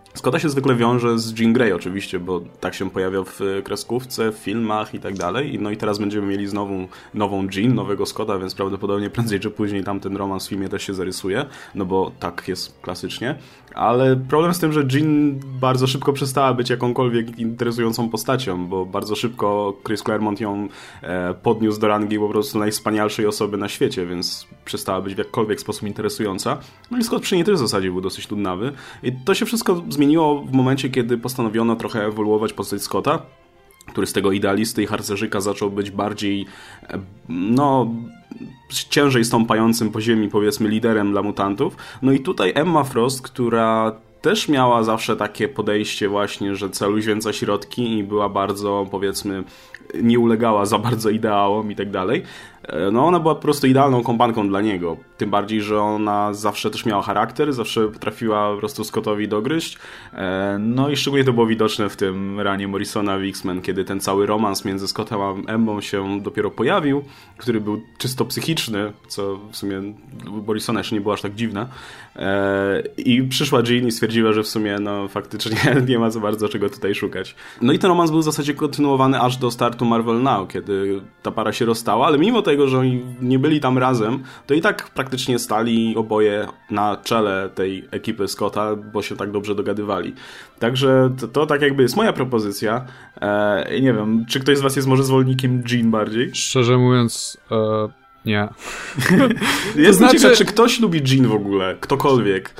[SPEAKER 1] Scotta się zwykle wiąże z Jean Grey oczywiście, bo tak się pojawia w kreskówce, w filmach i tak dalej. No i teraz będziemy mieli znowu nową Jean, nowego Scotta, więc prawdopodobnie prędzej czy później tamten romans w filmie też się zarysuje, no bo tak jest klasycznie. Ale problem z tym, że Jean bardzo szybko przestała być jakąkolwiek interesującą postacią, bo bardzo szybko Chris Claremont ją podniósł do rangi po prostu najwspanialszej osoby na świecie, więc przestała być w jakkolwiek sposób interesująca. No i Scott przy niej też w zasadzie był dosyć nudnawy. I to się wszystko zmieniło w momencie, kiedy postanowiono trochę ewoluować postać Scotta, który z tego idealisty i harcerzyka zaczął być bardziej, no, ciężej stąpającym po ziemi, powiedzmy, liderem dla mutantów. No i tutaj Emma Frost, która też miała zawsze takie podejście właśnie, że celuj więcej środki i była bardzo, powiedzmy, nie ulegała za bardzo ideałom i tak dalej. No ona była po prostu idealną kompanką dla niego. Tym bardziej, że ona zawsze też miała charakter, zawsze potrafiła po prostu Scottowi dogryźć. No i szczególnie to było widoczne w tym ranie Morrisona w X-Men, kiedy ten cały romans między Scottem a Emmą się dopiero pojawił, który był czysto psychiczny, co w sumie u Morrisona jeszcze nie było aż tak dziwne. I przyszła Jean i stwierdziła, że w sumie no faktycznie nie ma za bardzo czego tutaj szukać. No i ten romans był w zasadzie kontynuowany aż do startu Marvel Now, kiedy ta para się rozstała, ale mimo tego, że oni nie byli tam razem, to i tak praktycznie stali oboje na czele tej ekipy Scotta, bo się tak dobrze dogadywali. Także to tak jakby jest moja propozycja. Nie wiem, czy ktoś z was jest może zwolennikiem Jean bardziej?
[SPEAKER 2] Szczerze mówiąc, nie.
[SPEAKER 1] Jestem ciekaw, czy ktoś lubi Jean w ogóle? Ktokolwiek.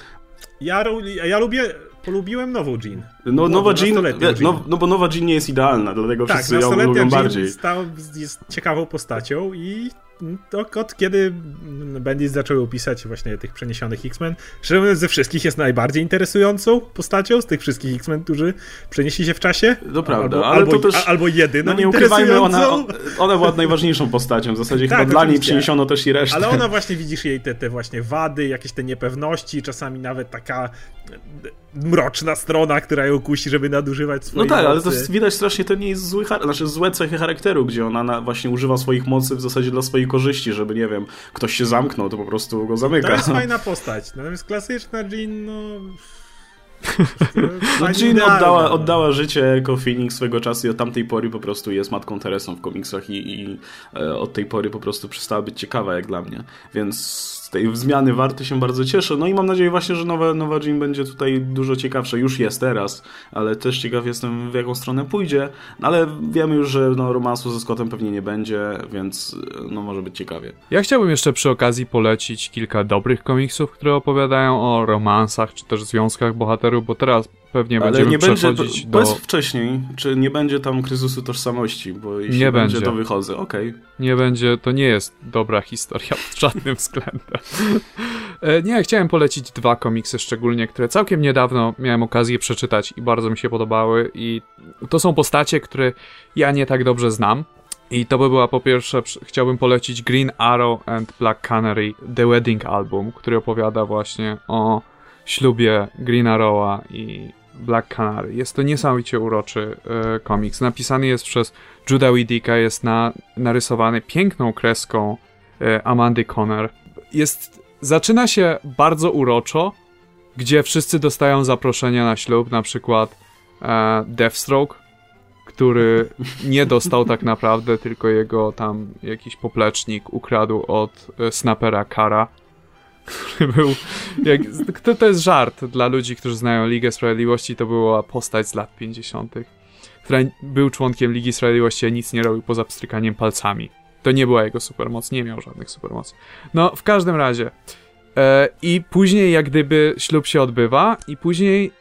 [SPEAKER 3] Polubiłem nową Jean.
[SPEAKER 1] No, nowa Jean, no bo nowa Jean nie jest idealna, dlatego tak, wszyscy ją lubią bardziej.
[SPEAKER 3] Jest ciekawą postacią i od kiedy Bendis zaczął opisać właśnie tych przeniesionych X-Men, szczerze mówiąc, ze wszystkich jest najbardziej interesującą postacią z tych wszystkich X-Men, którzy przenieśli się w czasie.
[SPEAKER 1] To prawda, ale to też...
[SPEAKER 3] Albo jedyną,
[SPEAKER 1] no nie ukrywajmy, ona była najważniejszą postacią, w zasadzie tak, chyba dla niej przeniesiono też i resztę.
[SPEAKER 3] Ale ona właśnie, widzisz jej te właśnie wady, jakieś te niepewności, czasami nawet taka mroczna strona, która ją kusi, żeby nadużywać swojej
[SPEAKER 1] mocy. No tak,
[SPEAKER 3] mocy.
[SPEAKER 1] ale to widać strasznie, to nie jest złe cechy charakteru, gdzie ona właśnie używa swoich mocy w zasadzie dla swojej korzyści, żeby, nie wiem, ktoś się zamknął, to po prostu go zamyka. To
[SPEAKER 3] jest fajna postać, natomiast klasyczna Jean,
[SPEAKER 1] Jean oddała życie jako Phoenix swego czasu i od tamtej pory po prostu jest Matką Teresą w komiksach i od tej pory po prostu przestała być ciekawa jak dla mnie, więc z tej zmiany warty się bardzo cieszę, no i mam nadzieję właśnie, że nowa Jean będzie tutaj dużo ciekawsza, już jest teraz, ale też ciekaw jestem w jaką stronę pójdzie, ale wiemy już, że romansu ze Scottem pewnie nie będzie, więc może być ciekawie.
[SPEAKER 2] Ja chciałbym jeszcze przy okazji polecić kilka dobrych komiksów, które opowiadają o romansach, czy też związkach bohaterów, bo teraz pewnie będziemy przechodzić do...
[SPEAKER 1] Powiedz wcześniej, czy nie będzie tam kryzysu tożsamości, bo jeśli nie będzie, to wychodzę. Okej.
[SPEAKER 2] Nie będzie, to nie jest dobra historia pod żadnym względem. Nie, chciałem polecić 2 komiksy szczególnie, które całkiem niedawno miałem okazję przeczytać i bardzo mi się podobały i to są postacie, które ja nie tak dobrze znam. I to by była po pierwsze, chciałbym polecić Green Arrow and Black Canary The Wedding Album, który opowiada właśnie o ślubie Green Arrowa i Black Canary. Jest to niesamowicie uroczy komiks. Napisany jest przez Juda Widicka, jest narysowany piękną kreską Amandy Conner. Zaczyna się bardzo uroczo, gdzie wszyscy dostają zaproszenia na ślub, na przykład Deathstroke, który nie dostał tak naprawdę, tylko jego tam jakiś poplecznik ukradł od snapera Kara, który był... To jest żart dla ludzi, którzy znają Ligę Sprawiedliwości, to była postać z lat 50., która był członkiem Ligi Sprawiedliwości, a nic nie robił poza pstrykaniem palcami. To nie była jego supermoc, nie miał żadnych supermocy. No, w każdym razie. I później jak gdyby ślub się odbywa i później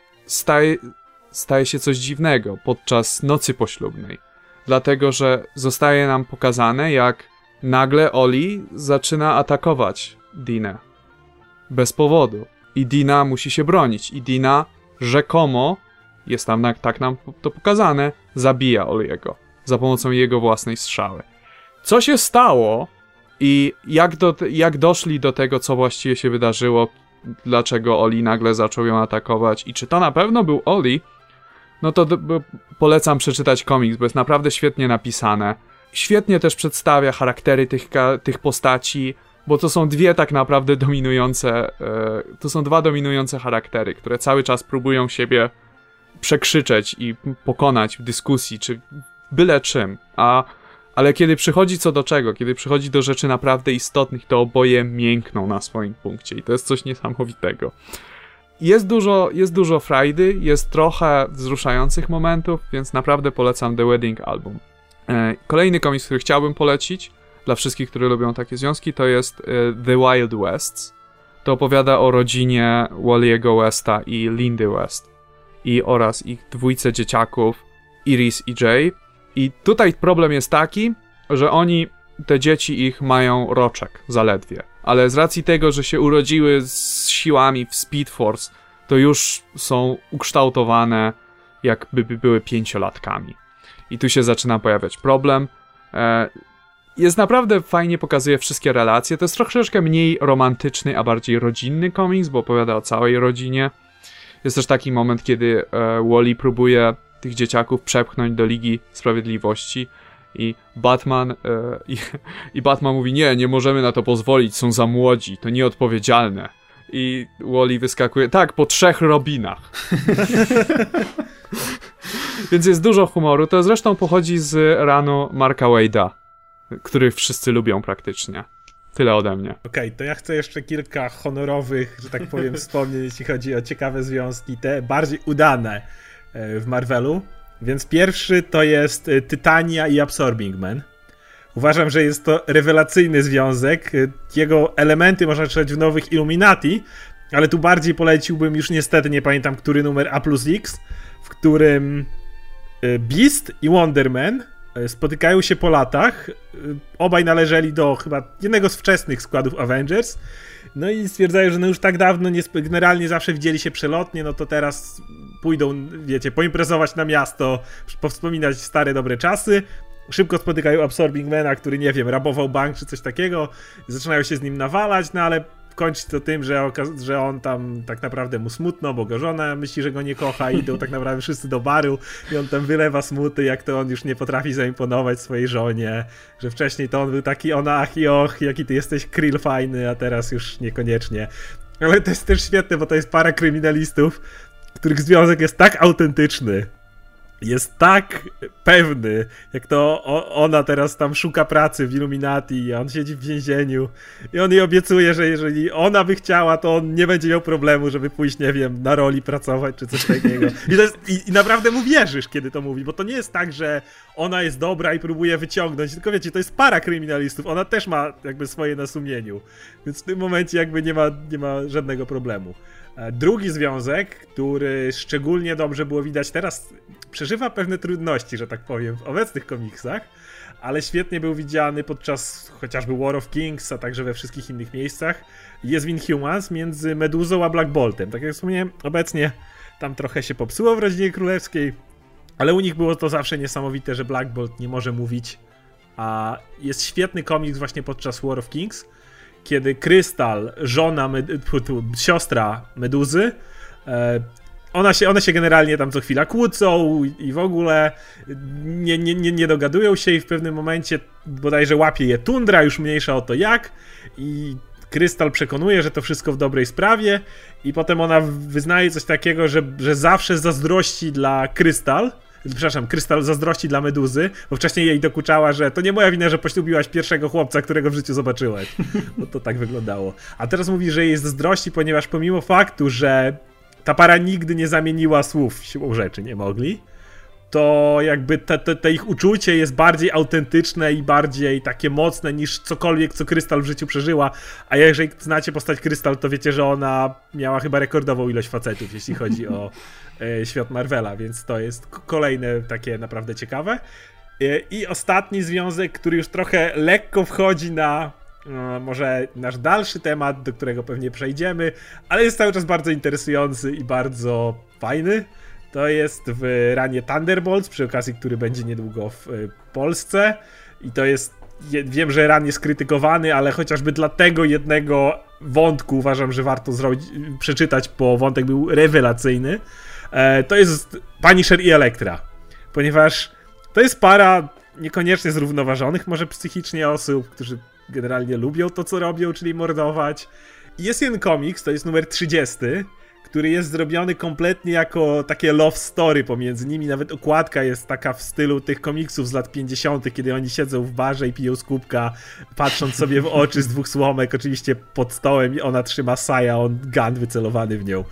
[SPEAKER 2] staje się coś dziwnego podczas nocy poślubnej. Dlatego, że zostaje nam pokazane, jak nagle Oli zaczyna atakować Dinę. Bez powodu. I Dina musi się bronić. I Dina rzekomo, jest tam tak nam to pokazane, zabija Oliego za pomocą jego własnej strzały. Co się stało i jak doszli do tego, co właściwie się wydarzyło, dlaczego Oli nagle zaczął ją atakować i czy to na pewno był Oli, no to polecam przeczytać komiks, bo jest naprawdę świetnie napisane. Świetnie też przedstawia charaktery tych postaci, bo to są dwie tak naprawdę dominujące, to są dwa dominujące charaktery, które cały czas próbują siebie przekrzyczeć i pokonać w dyskusji, czy byle czym, ale kiedy przychodzi co do czego, kiedy przychodzi do rzeczy naprawdę istotnych, to oboje miękną na swoim punkcie i to jest coś niesamowitego. Jest dużo frajdy, jest trochę wzruszających momentów, więc naprawdę polecam The Wedding Album. Kolejny komiks, który chciałbym polecić dla wszystkich, którzy lubią takie związki, to jest The Wild Wests. To opowiada o rodzinie Wally'ego Westa i Lindy West oraz ich dwójce dzieciaków Iris i Jay. I tutaj problem jest taki, że te dzieci ich mają roczek zaledwie, ale z racji tego, że się urodziły z siłami w Speed Force, to już są ukształtowane jakby były 5-latkami. I tu się zaczyna pojawiać problem. Jest naprawdę fajnie, pokazuje wszystkie relacje. To jest troszeczkę mniej romantyczny, a bardziej rodzinny komiks, bo opowiada o całej rodzinie. Jest też taki moment, kiedy Wally próbuje tych dzieciaków przepchnąć do Ligi Sprawiedliwości i Batman mówi, nie możemy na to pozwolić, są za młodzi, to nieodpowiedzialne. I Wally wyskakuje, tak, po 3 Robinach. Więc jest dużo humoru. To zresztą pochodzi z ranu Marka Wade'a, który wszyscy lubią praktycznie. Tyle ode mnie.
[SPEAKER 3] Okej, to ja chcę jeszcze kilka honorowych, że tak powiem, wspomnień, jeśli chodzi o ciekawe związki, te bardziej udane w Marvelu. Więc pierwszy to jest Tytania i Absorbing Man. Uważam, że jest to rewelacyjny związek. Jego elementy można czytać w nowych Illuminati, ale tu bardziej poleciłbym, już niestety nie pamiętam, który numer A+X, w którym Beast i Wonder Man spotykają się po latach. Obaj należeli do chyba jednego z wczesnych składów Avengers. No i stwierdzają, że no już tak dawno generalnie zawsze widzieli się przelotnie, no to teraz pójdą, wiecie, poimprezować na miasto, powspominać stare dobre czasy. Szybko spotykają Absorbing Mana, który, nie wiem, rabował bank czy coś takiego. Zaczynają się z nim nawalać, no ale kończy to tym, że on tam tak naprawdę mu smutno, bo go żona myśli, że go nie kocha, idą tak naprawdę wszyscy do baru i on tam wylewa smuty, jak to on już nie potrafi zaimponować swojej żonie, że wcześniej to on był taki ach i och, jaki ty jesteś Krill fajny, a teraz już niekoniecznie. Ale to jest też świetne, bo to jest para kryminalistów, których związek jest tak autentyczny, jest tak pewny, jak to ona teraz tam szuka pracy w Illuminati, a on siedzi w więzieniu i on jej obiecuje, że jeżeli ona by chciała, to on nie będzie miał problemu, żeby pójść, nie wiem, na roli pracować czy coś takiego. I naprawdę mu wierzysz, kiedy to mówi, bo to nie jest tak, że ona jest dobra i próbuje wyciągnąć, tylko wiecie, to jest para kryminalistów, ona też ma jakby swoje na sumieniu, więc w tym momencie jakby nie ma żadnego problemu. Drugi związek, który szczególnie dobrze było widać teraz, przeżywa pewne trudności, że tak powiem, w obecnych komiksach, ale świetnie był widziany podczas chociażby War of Kings, a także we wszystkich innych miejscach. Jest w Inhumans między Meduzą a Black Boltem. Tak jak wspomniałem, obecnie tam trochę się popsuło w rodzinie królewskiej, ale u nich było to zawsze niesamowite, że Black Bolt nie może mówić, a jest świetny komiks właśnie podczas War of Kings, kiedy Krystal, siostra Meduzy, one się generalnie tam co chwila kłócą i w ogóle nie dogadują się i w pewnym momencie bodajże łapie je tundra, już mniejsza o to jak, i Krystal przekonuje, że to wszystko w dobrej sprawie i potem ona wyznaje coś takiego, że zawsze zazdrości dla Krystal zazdrości dla Meduzy, bo wcześniej jej dokuczała, że to nie moja wina, że poślubiłaś pierwszego chłopca, którego w życiu zobaczyłaś. No to tak wyglądało. A teraz mówi, że jej zazdrości, ponieważ pomimo faktu, że ta para nigdy nie zamieniła słów siłą rzeczy, nie mogli, to jakby te ich uczucie jest bardziej autentyczne i bardziej takie mocne niż cokolwiek, co Krystal w życiu przeżyła. A jeżeli znacie postać Krystal, to wiecie, że ona miała chyba rekordową ilość facetów, jeśli chodzi o świat Marvela, więc to jest kolejne takie naprawdę ciekawe. I ostatni związek, który już trochę lekko wchodzi na może nasz dalszy temat, do którego pewnie przejdziemy, ale jest cały czas bardzo interesujący i bardzo fajny. To jest w ranie Thunderbolts, przy okazji, który będzie niedługo w Polsce. I to jest, wiem, że ran jest krytykowany, ale chociażby dla tego jednego wątku uważam, że warto przeczytać, bo wątek był rewelacyjny. To jest Punisher i Elektra, ponieważ to jest para niekoniecznie zrównoważonych może psychicznie osób, którzy generalnie lubią to, co robią, czyli mordować. I jest jeden komiks, to jest numer 30, który jest zrobiony kompletnie jako takie love story pomiędzy nimi. Nawet okładka jest taka w stylu tych komiksów z lat 50., kiedy oni siedzą w barze i piją z kubka, patrząc sobie w oczy z 2 słomek, oczywiście pod stołem, i ona trzyma saja, on gun wycelowany w nią.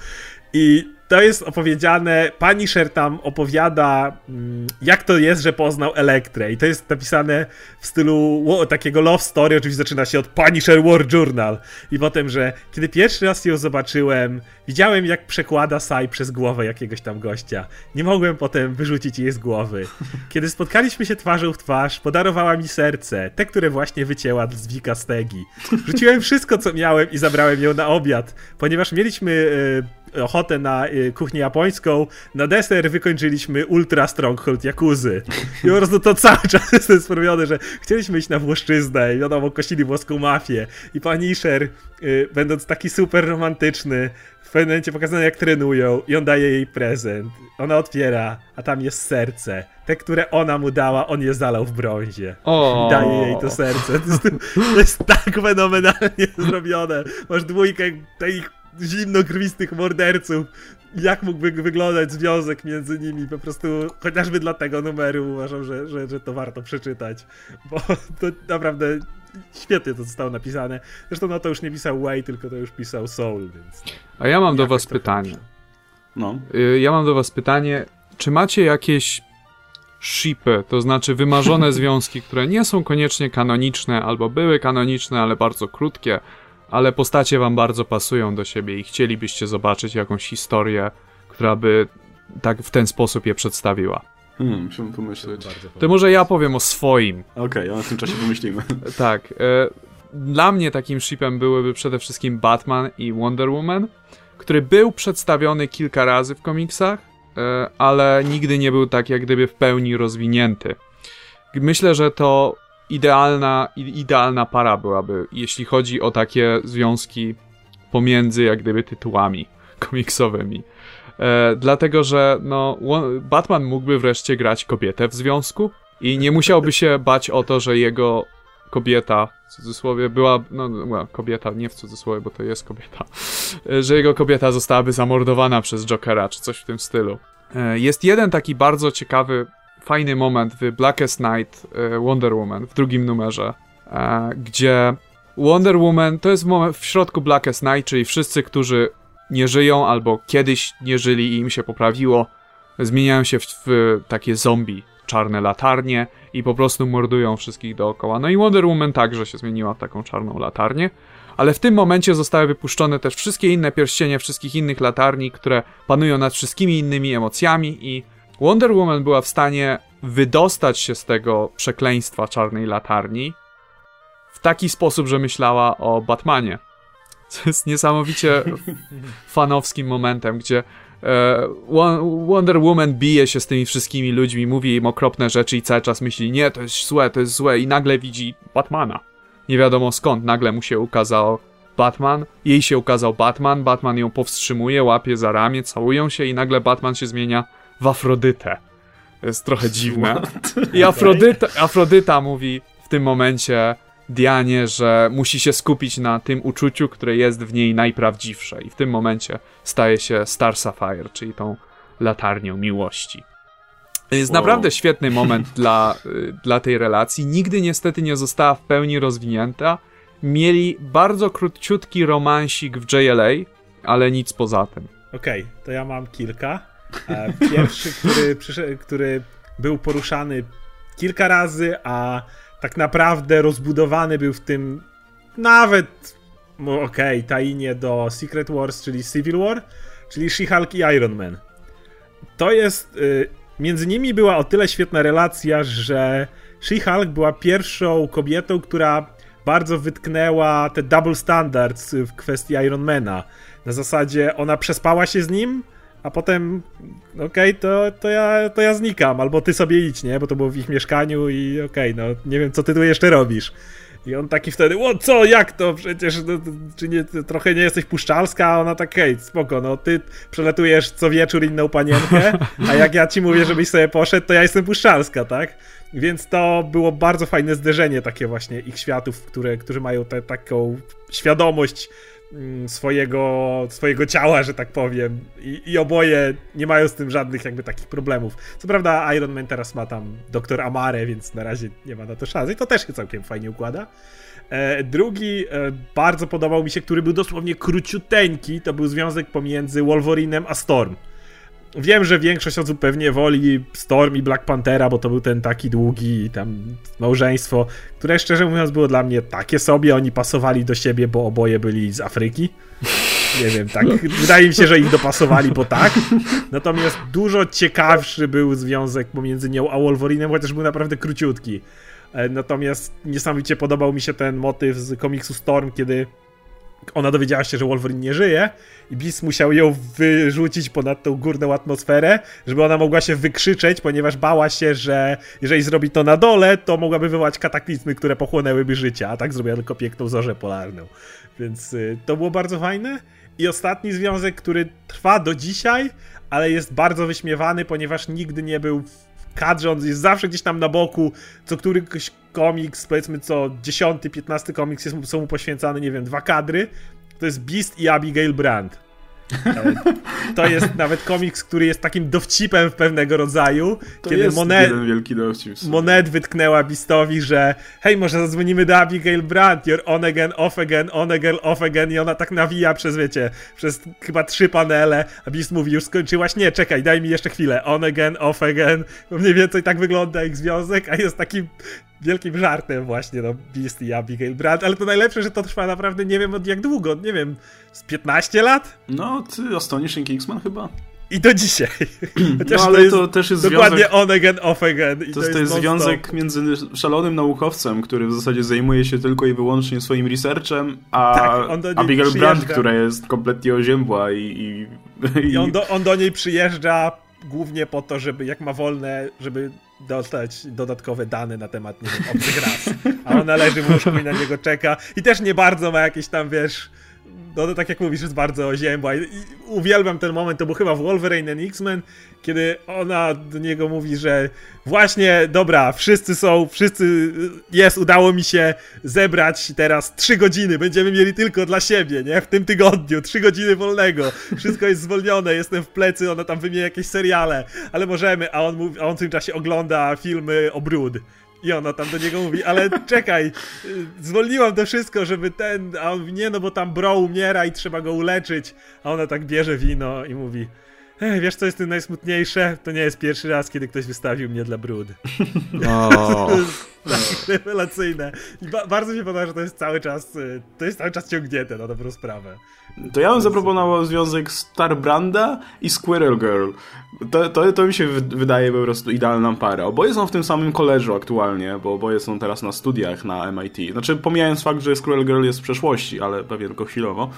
[SPEAKER 3] I to jest opowiedziane, Punisher tam opowiada, jak to jest, że poznał Elektrę. I to jest napisane w stylu takiego love story. Oczywiście zaczyna się od Punisher War Journal. I potem, że kiedy pierwszy raz ją zobaczyłem, widziałem, jak przekłada saj przez głowę jakiegoś tam gościa. Nie mogłem potem wyrzucić jej z głowy. Kiedy spotkaliśmy się twarzą w twarz, podarowała mi serce, te, które właśnie wycięła z Wika Stegi. Rzuciłem wszystko, co miałem, i zabrałem ją na obiad, ponieważ mieliśmy ochotę na kuchnię japońską. Na deser wykończyliśmy Ultra Stronghold Yakuzy. I po prostu to cały czas jest sprawione, że chcieliśmy iść na włoszczyznę i wiadomo, kosili włoską mafię. I Punisher, będąc taki super romantyczny, w pewnym momencie pokazane, jak trenują, i on daje jej prezent. Ona otwiera, a tam jest serce. Te, które ona mu dała, on je zalał w brązie. I daje jej to serce. To jest tak fenomenalnie zrobione. Masz dwójkę tych zimnokrwistych morderców. Jak mógłby wyglądać związek między nimi? Po prostu chociażby dla tego numeru uważam, że to warto przeczytać, bo to naprawdę świetnie to zostało napisane. Zresztą no to już nie pisał Way, tylko to już pisał Soul, więc...
[SPEAKER 2] A ja mam do was pytanie.
[SPEAKER 1] No.
[SPEAKER 2] Ja mam do was pytanie, czy macie jakieś shipy, to znaczy wymarzone związki, które nie są koniecznie kanoniczne, albo były kanoniczne, ale bardzo krótkie, ale postacie wam bardzo pasują do siebie i chcielibyście zobaczyć jakąś historię, która by tak w ten sposób je przedstawiła?
[SPEAKER 1] Musimy pomyśleć.
[SPEAKER 2] To może ja powiem o swoim.
[SPEAKER 1] Okej, a w tym czasie pomyślimy.
[SPEAKER 2] Tak. Dla mnie takim shipem byłyby przede wszystkim Batman i Wonder Woman, który był przedstawiony kilka razy w komiksach, ale nigdy nie był tak jak gdyby w pełni rozwinięty. Myślę, że to idealna para byłaby, jeśli chodzi o takie związki pomiędzy jak gdyby tytułami komiksowymi. Dlatego, że no, Batman mógłby wreszcie grać kobietę w związku i nie musiałby się bać o to, że jego kobieta, w cudzysłowie, była, no kobieta, nie w cudzysłowie, bo to jest kobieta, że jego kobieta zostałaby zamordowana przez Jokera, czy coś w tym stylu. Jest jeden taki bardzo ciekawy, fajny moment w Blackest Night Wonder Woman, w drugim numerze, gdzie Wonder Woman, to jest moment w środku Blackest Night, czyli wszyscy, którzy nie żyją albo kiedyś nie żyli i im się poprawiło, zmieniają się w takie zombie, czarne latarnie i po prostu mordują wszystkich dookoła. No i Wonder Woman także się zmieniła w taką czarną latarnię, ale w tym momencie zostały wypuszczone też wszystkie inne pierścienie wszystkich innych latarni, które panują nad wszystkimi innymi emocjami i Wonder Woman była w stanie wydostać się z tego przekleństwa czarnej latarni w taki sposób, że myślała o Batmanie. Co jest niesamowicie fanowskim momentem, gdzie Wonder Woman bije się z tymi wszystkimi ludźmi, mówi im okropne rzeczy i cały czas myśli, nie, to jest złe i nagle widzi Batmana. Nie wiadomo skąd, nagle mu się ukazał Batman, jej się ukazał Batman, Batman ją powstrzymuje, łapie za ramię, całują się i nagle Batman się zmienia w Afrodytę. To jest trochę dziwne. I Afrodyta mówi w tym momencie Dianie, że musi się skupić na tym uczuciu, które jest w niej najprawdziwsze. I w tym momencie staje się Star Sapphire, czyli tą latarnią miłości. Jest naprawdę świetny moment dla tej relacji. Nigdy niestety nie została w pełni rozwinięta. Mieli bardzo króciutki romansik w JLA, ale nic poza tym.
[SPEAKER 3] Okej, to ja mam kilka. Pierwszy, który był poruszany kilka razy, a tak naprawdę rozbudowany był w tym nawet tainie do Secret Wars, czyli Civil War, czyli She-Hulk i Iron Man. To jest... między nimi była o tyle świetna relacja, że She-Hulk była pierwszą kobietą, która bardzo wytknęła te double standards w kwestii Ironmana. Na zasadzie ona przespała się z nim, a potem to ja znikam, albo ty sobie idź, nie? Bo to było w ich mieszkaniu i no nie wiem, co ty tu jeszcze robisz. I on taki wtedy, o co, jak to, przecież, no, czy nie, trochę nie jesteś puszczalska? A ona tak, hej, spoko, no ty przelatujesz co wieczór inną panienkę, a jak ja ci mówię, żebyś sobie poszedł, to ja jestem puszczalska, tak? Więc to było bardzo fajne zderzenie takie właśnie ich światów, którzy mają taką świadomość swojego ciała, że tak powiem. I oboje nie mają z tym żadnych jakby takich problemów. Co prawda Iron Man teraz ma tam Dr. Amare, więc na razie nie ma na to szans. I to też się całkiem fajnie układa. Drugi bardzo podobał mi się, który był dosłownie króciuteńki, to był związek pomiędzy Wolverinem a Storm. Wiem, że większość osób pewnie woli Storm i Black Panthera, bo to był ten taki długi tam małżeństwo, które szczerze mówiąc było dla mnie takie sobie, oni pasowali do siebie, bo oboje byli z Afryki. Nie wiem, tak, wydaje mi się, że ich dopasowali, bo tak. Natomiast dużo ciekawszy był związek pomiędzy nią a Wolverinem, chociaż był naprawdę króciutki. Natomiast niesamowicie podobał mi się ten motyw z komiksu Storm, kiedy ona dowiedziała się, że Wolverine nie żyje i Beast musiał ją wyrzucić ponad tą górną atmosferę, żeby ona mogła się wykrzyczeć, ponieważ bała się, że jeżeli zrobi to na dole, to mogłaby wywołać kataklizmy, które pochłonęłyby życie, a tak zrobiła tylko piękną zorzę polarną. Więc to było bardzo fajne. I ostatni związek, który trwa do dzisiaj, ale jest bardzo wyśmiewany, ponieważ nigdy nie był w kadrze, on jest zawsze gdzieś tam na boku, co któryś komiks, powiedzmy co 10, 15 komiks są mu poświęcane, nie wiem, 2 kadry, to jest Beast i Abigail Brand. To jest nawet komiks, który jest takim dowcipem w pewnego rodzaju,
[SPEAKER 1] to
[SPEAKER 3] kiedy
[SPEAKER 1] jest jeden wielki dowcip.
[SPEAKER 3] Monet wytknęła Beastowi, że hej, może zadzwonimy do Abigail Brand, you're on again, off again i ona tak nawija przez, wiecie, przez chyba 3 panele, a Beast mówi, już skończyłaś? Nie, czekaj, daj mi jeszcze chwilę, on again, off again, bo mniej więcej tak wygląda ich związek, a jest takim wielkim żartem właśnie, no, Beast i Abigail Brand, ale to najlepsze, że to trwa naprawdę, nie wiem od jak długo, nie wiem, z 15 lat?
[SPEAKER 1] No, ty Astonishing X-Men chyba?
[SPEAKER 3] I do dzisiaj.
[SPEAKER 1] Chociaż no, ale to też jest
[SPEAKER 3] dokładnie
[SPEAKER 1] związek,
[SPEAKER 3] on again, off again. I
[SPEAKER 1] to jest związek między szalonym naukowcem, który w zasadzie zajmuje się tylko i wyłącznie swoim researchem, a tak, Abigail Brand, która jest kompletnie oziębła i
[SPEAKER 3] on do niej przyjeżdża głównie po to, żeby jak ma wolne, żeby dostać dodatkowe dane na temat, nie wiem, obcych ras. A ona leży w łóżku i na niego czeka. I też nie bardzo ma jakieś tam, wiesz, no tak jak mówisz, jest bardzo oziębła. I uwielbiam ten moment, to był chyba w Wolverine and X-Men, kiedy ona do niego mówi, że właśnie, dobra, udało mi się zebrać teraz 3 godziny, będziemy mieli tylko dla siebie, nie? W tym tygodniu, 3 godziny wolnego, wszystko jest zwolnione, jestem w plecy, ona tam wymienia jakieś seriale, ale możemy, a on w tym czasie ogląda filmy o Brood. I ona tam do niego mówi, ale czekaj, zwolniłam to wszystko, żeby a on mówi, nie, no bo tam bro umiera i trzeba go uleczyć, a ona tak bierze wino i mówi, wiesz co jest tym najsmutniejsze? To nie jest pierwszy raz, kiedy ktoś wystawił mnie dla Brood. Tak rewelacyjne. I bardzo mi się podoba, że to jest cały czas ciągnięte na dobrą sprawę.
[SPEAKER 1] To ja bym zaproponował związek Starbranda i Squirrel Girl. To mi się wydaje po prostu idealna para. Oboje są w tym samym koledżu aktualnie, bo oboje są teraz na studiach na MIT. Znaczy, pomijając fakt, że Squirrel Girl jest w przeszłości, ale pewnie tylko chwilowo.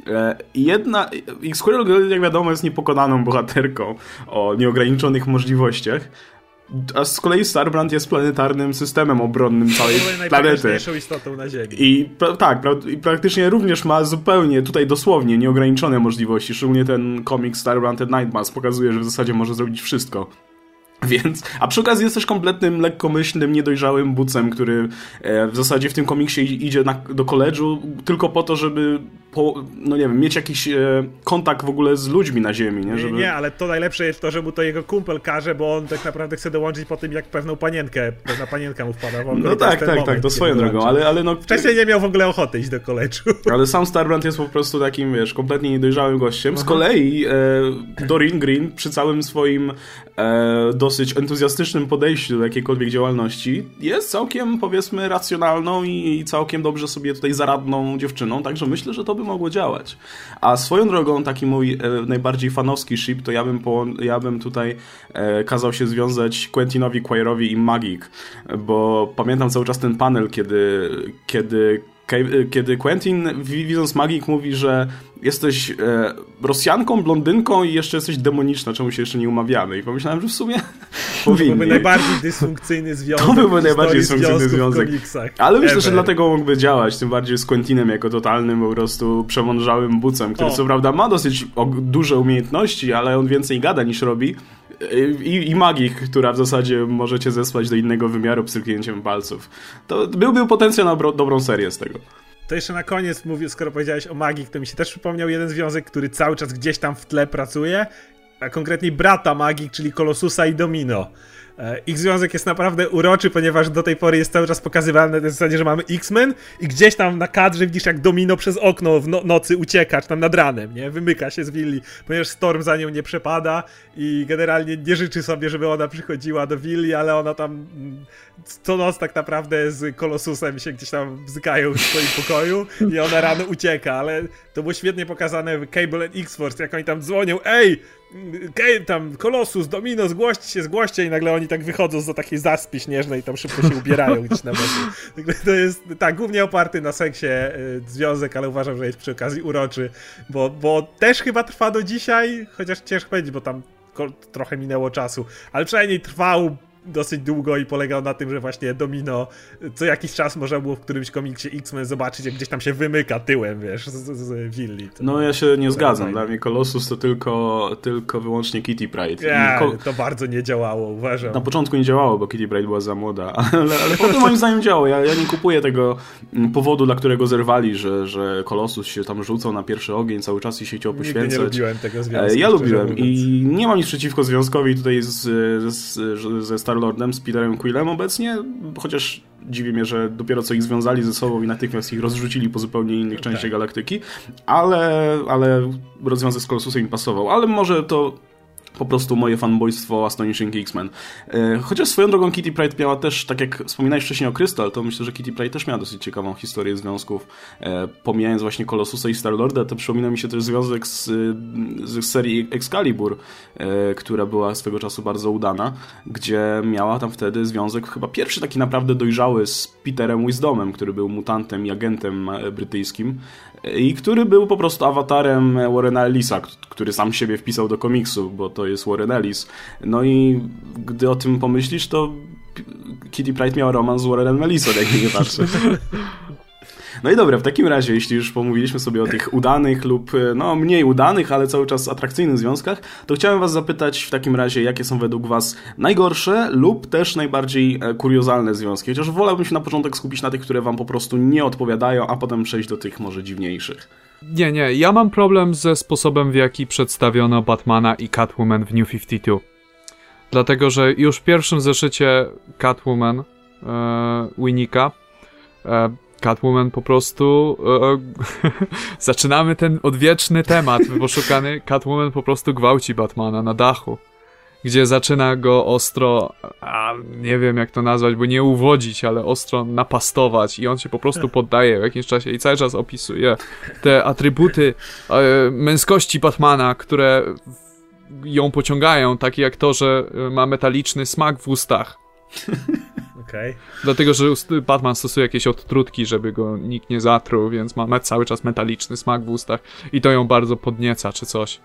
[SPEAKER 1] I Squirrel Girl, jak wiadomo, jest niepokonaną bohaterką o nieograniczonych możliwościach. A z kolei Starbrand jest planetarnym systemem obronnym całej planety.
[SPEAKER 3] Najpotężniejszą istotą na Ziemi.
[SPEAKER 1] I praktycznie również ma zupełnie, tutaj dosłownie, nieograniczone możliwości. Szczególnie ten komiks Starbrand and Nightmask pokazuje, że w zasadzie może zrobić wszystko. Więc, a przy okazji jest też kompletnym, lekkomyślnym, niedojrzałym bucem, który w zasadzie w tym komiksie idzie do koledżu tylko po to, żeby no nie wiem, mieć jakiś kontakt w ogóle z ludźmi na ziemi, nie?
[SPEAKER 3] Nie, ale to najlepsze jest to, że mu to jego kumpel każe, bo on tak naprawdę chce dołączyć po tym, jak pewna panienka mu wpada w oko.
[SPEAKER 1] No tak, to swoją drogą, ale no...
[SPEAKER 3] Wcześniej nie miał w ogóle ochoty iść do koledżu.
[SPEAKER 1] Ale sam Starbrand jest po prostu takim, wiesz, kompletnie niedojrzałym gościem. Z kolei Doreen Green przy całym swoim dosyć entuzjastycznym podejściu do jakiejkolwiek działalności jest całkiem, powiedzmy, racjonalną i całkiem dobrze sobie tutaj zaradną dziewczyną, także myślę, że to by mogło działać. A swoją drogą taki mój najbardziej fanowski ship, to ja bym tutaj kazał się związać Quentinowi Quirowi i Magik, bo pamiętam cały czas ten panel, kiedy kiedy Quentin, widząc magik, mówi, że jesteś Rosjanką, blondynką i jeszcze jesteś demoniczna, czemu się jeszcze nie umawiamy. I pomyślałem, że w sumie powinni.
[SPEAKER 3] To byłby najbardziej dysfunkcyjny związek.
[SPEAKER 1] To byłby najbardziej dysfunkcyjny związek. Ale myślę,
[SPEAKER 3] Ever.
[SPEAKER 1] że dlatego mógłby działać, tym bardziej z Quentinem jako totalnym po prostu przemądrzałym bucem, który co prawda ma dosyć duże umiejętności, ale on więcej gada niż robi. I magik, która w zasadzie może cię zesłać do innego wymiaru pstryknięciem palców. To byłby potencjał na dobrą serię z tego.
[SPEAKER 3] To jeszcze na koniec mówię, skoro powiedziałeś o magii, to mi się też przypomniał jeden związek, który cały czas gdzieś tam w tle pracuje, a konkretnie brata magii, czyli Colossusa i Domino. Ich związek jest naprawdę uroczy, ponieważ do tej pory jest cały czas pokazywany na zasadzie, że mamy X-Men i gdzieś tam na kadrze widzisz, jak Domino przez okno w nocy ucieka, czy tam nad ranem, nie? Wymyka się z willi, ponieważ Storm za nią nie przepada i generalnie nie życzy sobie, żeby ona przychodziła do willi, ale ona tam co noc tak naprawdę z Colossusem się gdzieś tam bzykają w swoim pokoju i ona rano ucieka, ale to było świetnie pokazane w Cable and X-Force, jak oni tam dzwonią, ej, tam Colossus, Domino, zgłoście i nagle oni tak wychodzą za takiej zaspy śnieżnej i tam szybko się ubierają gdzieś na boku. To jest tak głównie oparty na seksie związek, ale uważam, że jest przy okazji uroczy, bo też chyba trwa do dzisiaj, chociaż ciężko powiedzieć, bo tam trochę minęło czasu, ale przynajmniej trwał dosyć długo i polegał na tym, że właśnie Domino co jakiś czas można było w którymś komiksie X-Men zobaczyć, jak gdzieś tam się wymyka tyłem, wiesz, z willi.
[SPEAKER 1] No ja się nie zgadzam. Dla mnie Colossus to tylko wyłącznie Kitty Pryde.
[SPEAKER 3] To bardzo nie działało, uważam.
[SPEAKER 1] Na początku nie działało, bo Kitty Pryde była za młoda, ale potem moim zdaniem działało. Ja nie kupuję tego powodu, dla którego zerwali, że Colossus się tam rzucał na pierwszy ogień cały czas i się chciał poświęcać.
[SPEAKER 3] Nigdy nie lubiłem tego związku.
[SPEAKER 1] Ja lubiłem i nie mam nic przeciwko związkowi tutaj ze Star-Lordem, z Peterem Quillem obecnie, chociaż dziwi mnie, że dopiero co ich związali ze sobą i natychmiast ich rozrzucili po zupełnie innych częściach galaktyki, ale rozwiązek z Colossusem mi pasował, ale może to po prostu moje fanboystwo Astonishing X-Men. Chociaż swoją drogą Kitty Pryde miała też, tak jak wspominałeś wcześniej o Crystal, to myślę, że Kitty Pryde też miała dosyć ciekawą historię związków. Pomijając właśnie Colossusa i Star-Lorda, to przypomina mi się też związek z serii Excalibur, która była swego czasu bardzo udana, gdzie miała tam wtedy związek chyba pierwszy taki naprawdę dojrzały z Peterem Wisdomem, który był mutantem i agentem brytyjskim i który był po prostu awatarem Warrena Ellisa, który sam siebie wpisał do komiksu, bo to jest Warren Ellis. No i gdy o tym pomyślisz, to Kitty Pryde miała romans z Warrenem Ellisem, jak nie patrzę. No i dobra, w takim razie, jeśli już pomówiliśmy sobie o tych udanych lub mniej udanych, ale cały czas atrakcyjnych związkach, to chciałem was zapytać w takim razie, jakie są według was najgorsze lub też najbardziej kuriozalne związki. Chociaż wolałbym się na początek skupić na tych, które wam po prostu nie odpowiadają, a potem przejść do tych może dziwniejszych.
[SPEAKER 2] Nie, ja mam problem ze sposobem, w jaki przedstawiono Batmana i Catwoman w New 52. Dlatego, że już w pierwszym zeszycie Catwoman Winnicka Catwoman po prostu zaczynamy ten odwieczny temat poszukany. Catwoman po prostu gwałci Batmana na dachu, gdzie zaczyna go ostro, nie wiem jak to nazwać, bo nie uwodzić, ale ostro napastować i on się po prostu poddaje w jakimś czasie i cały czas opisuje te atrybuty męskości Batmana, które ją pociągają, takie jak to, że ma metaliczny smak w ustach.
[SPEAKER 3] Okay.
[SPEAKER 2] Dlatego, że Batman stosuje jakieś odtrutki, żeby go nikt nie zatruł, więc ma cały czas metaliczny smak w ustach i to ją bardzo podnieca czy coś.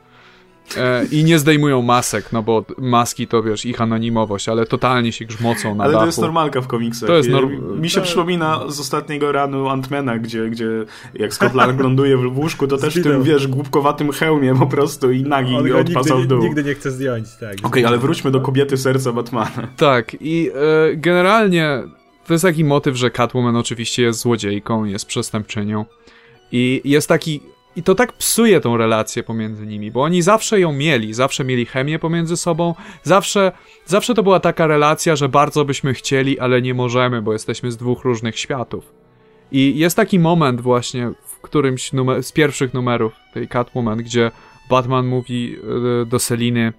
[SPEAKER 2] I nie zdejmują masek, no bo maski to wiesz, ich anonimowość, ale totalnie się grzmocą na
[SPEAKER 1] ale
[SPEAKER 2] dachu.
[SPEAKER 1] Ale to jest normalka w komiksach.
[SPEAKER 2] To jest
[SPEAKER 1] mi się przypomina z ostatniego ranu Ant-Mana, gdzie jak Scott Lang ląduje w łóżku, to też w tym, wiesz, głupkowatym hełmie po prostu i nagi odpasał w dół.
[SPEAKER 3] Nigdy nie chce zdjąć, tak.
[SPEAKER 1] Okej, ale wróćmy do kobiety serca Batmana.
[SPEAKER 2] Tak, i generalnie to jest taki motyw, że Catwoman oczywiście jest złodziejką, jest przestępczynią i jest taki... I to tak psuje tą relację pomiędzy nimi, bo oni zawsze ją mieli, zawsze mieli chemię pomiędzy sobą, zawsze to była taka relacja, że bardzo byśmy chcieli, ale nie możemy, bo jesteśmy z dwóch różnych światów. I jest taki moment właśnie w którymś z pierwszych numerów tej Catwoman, gdzie Batman mówi do Seliny: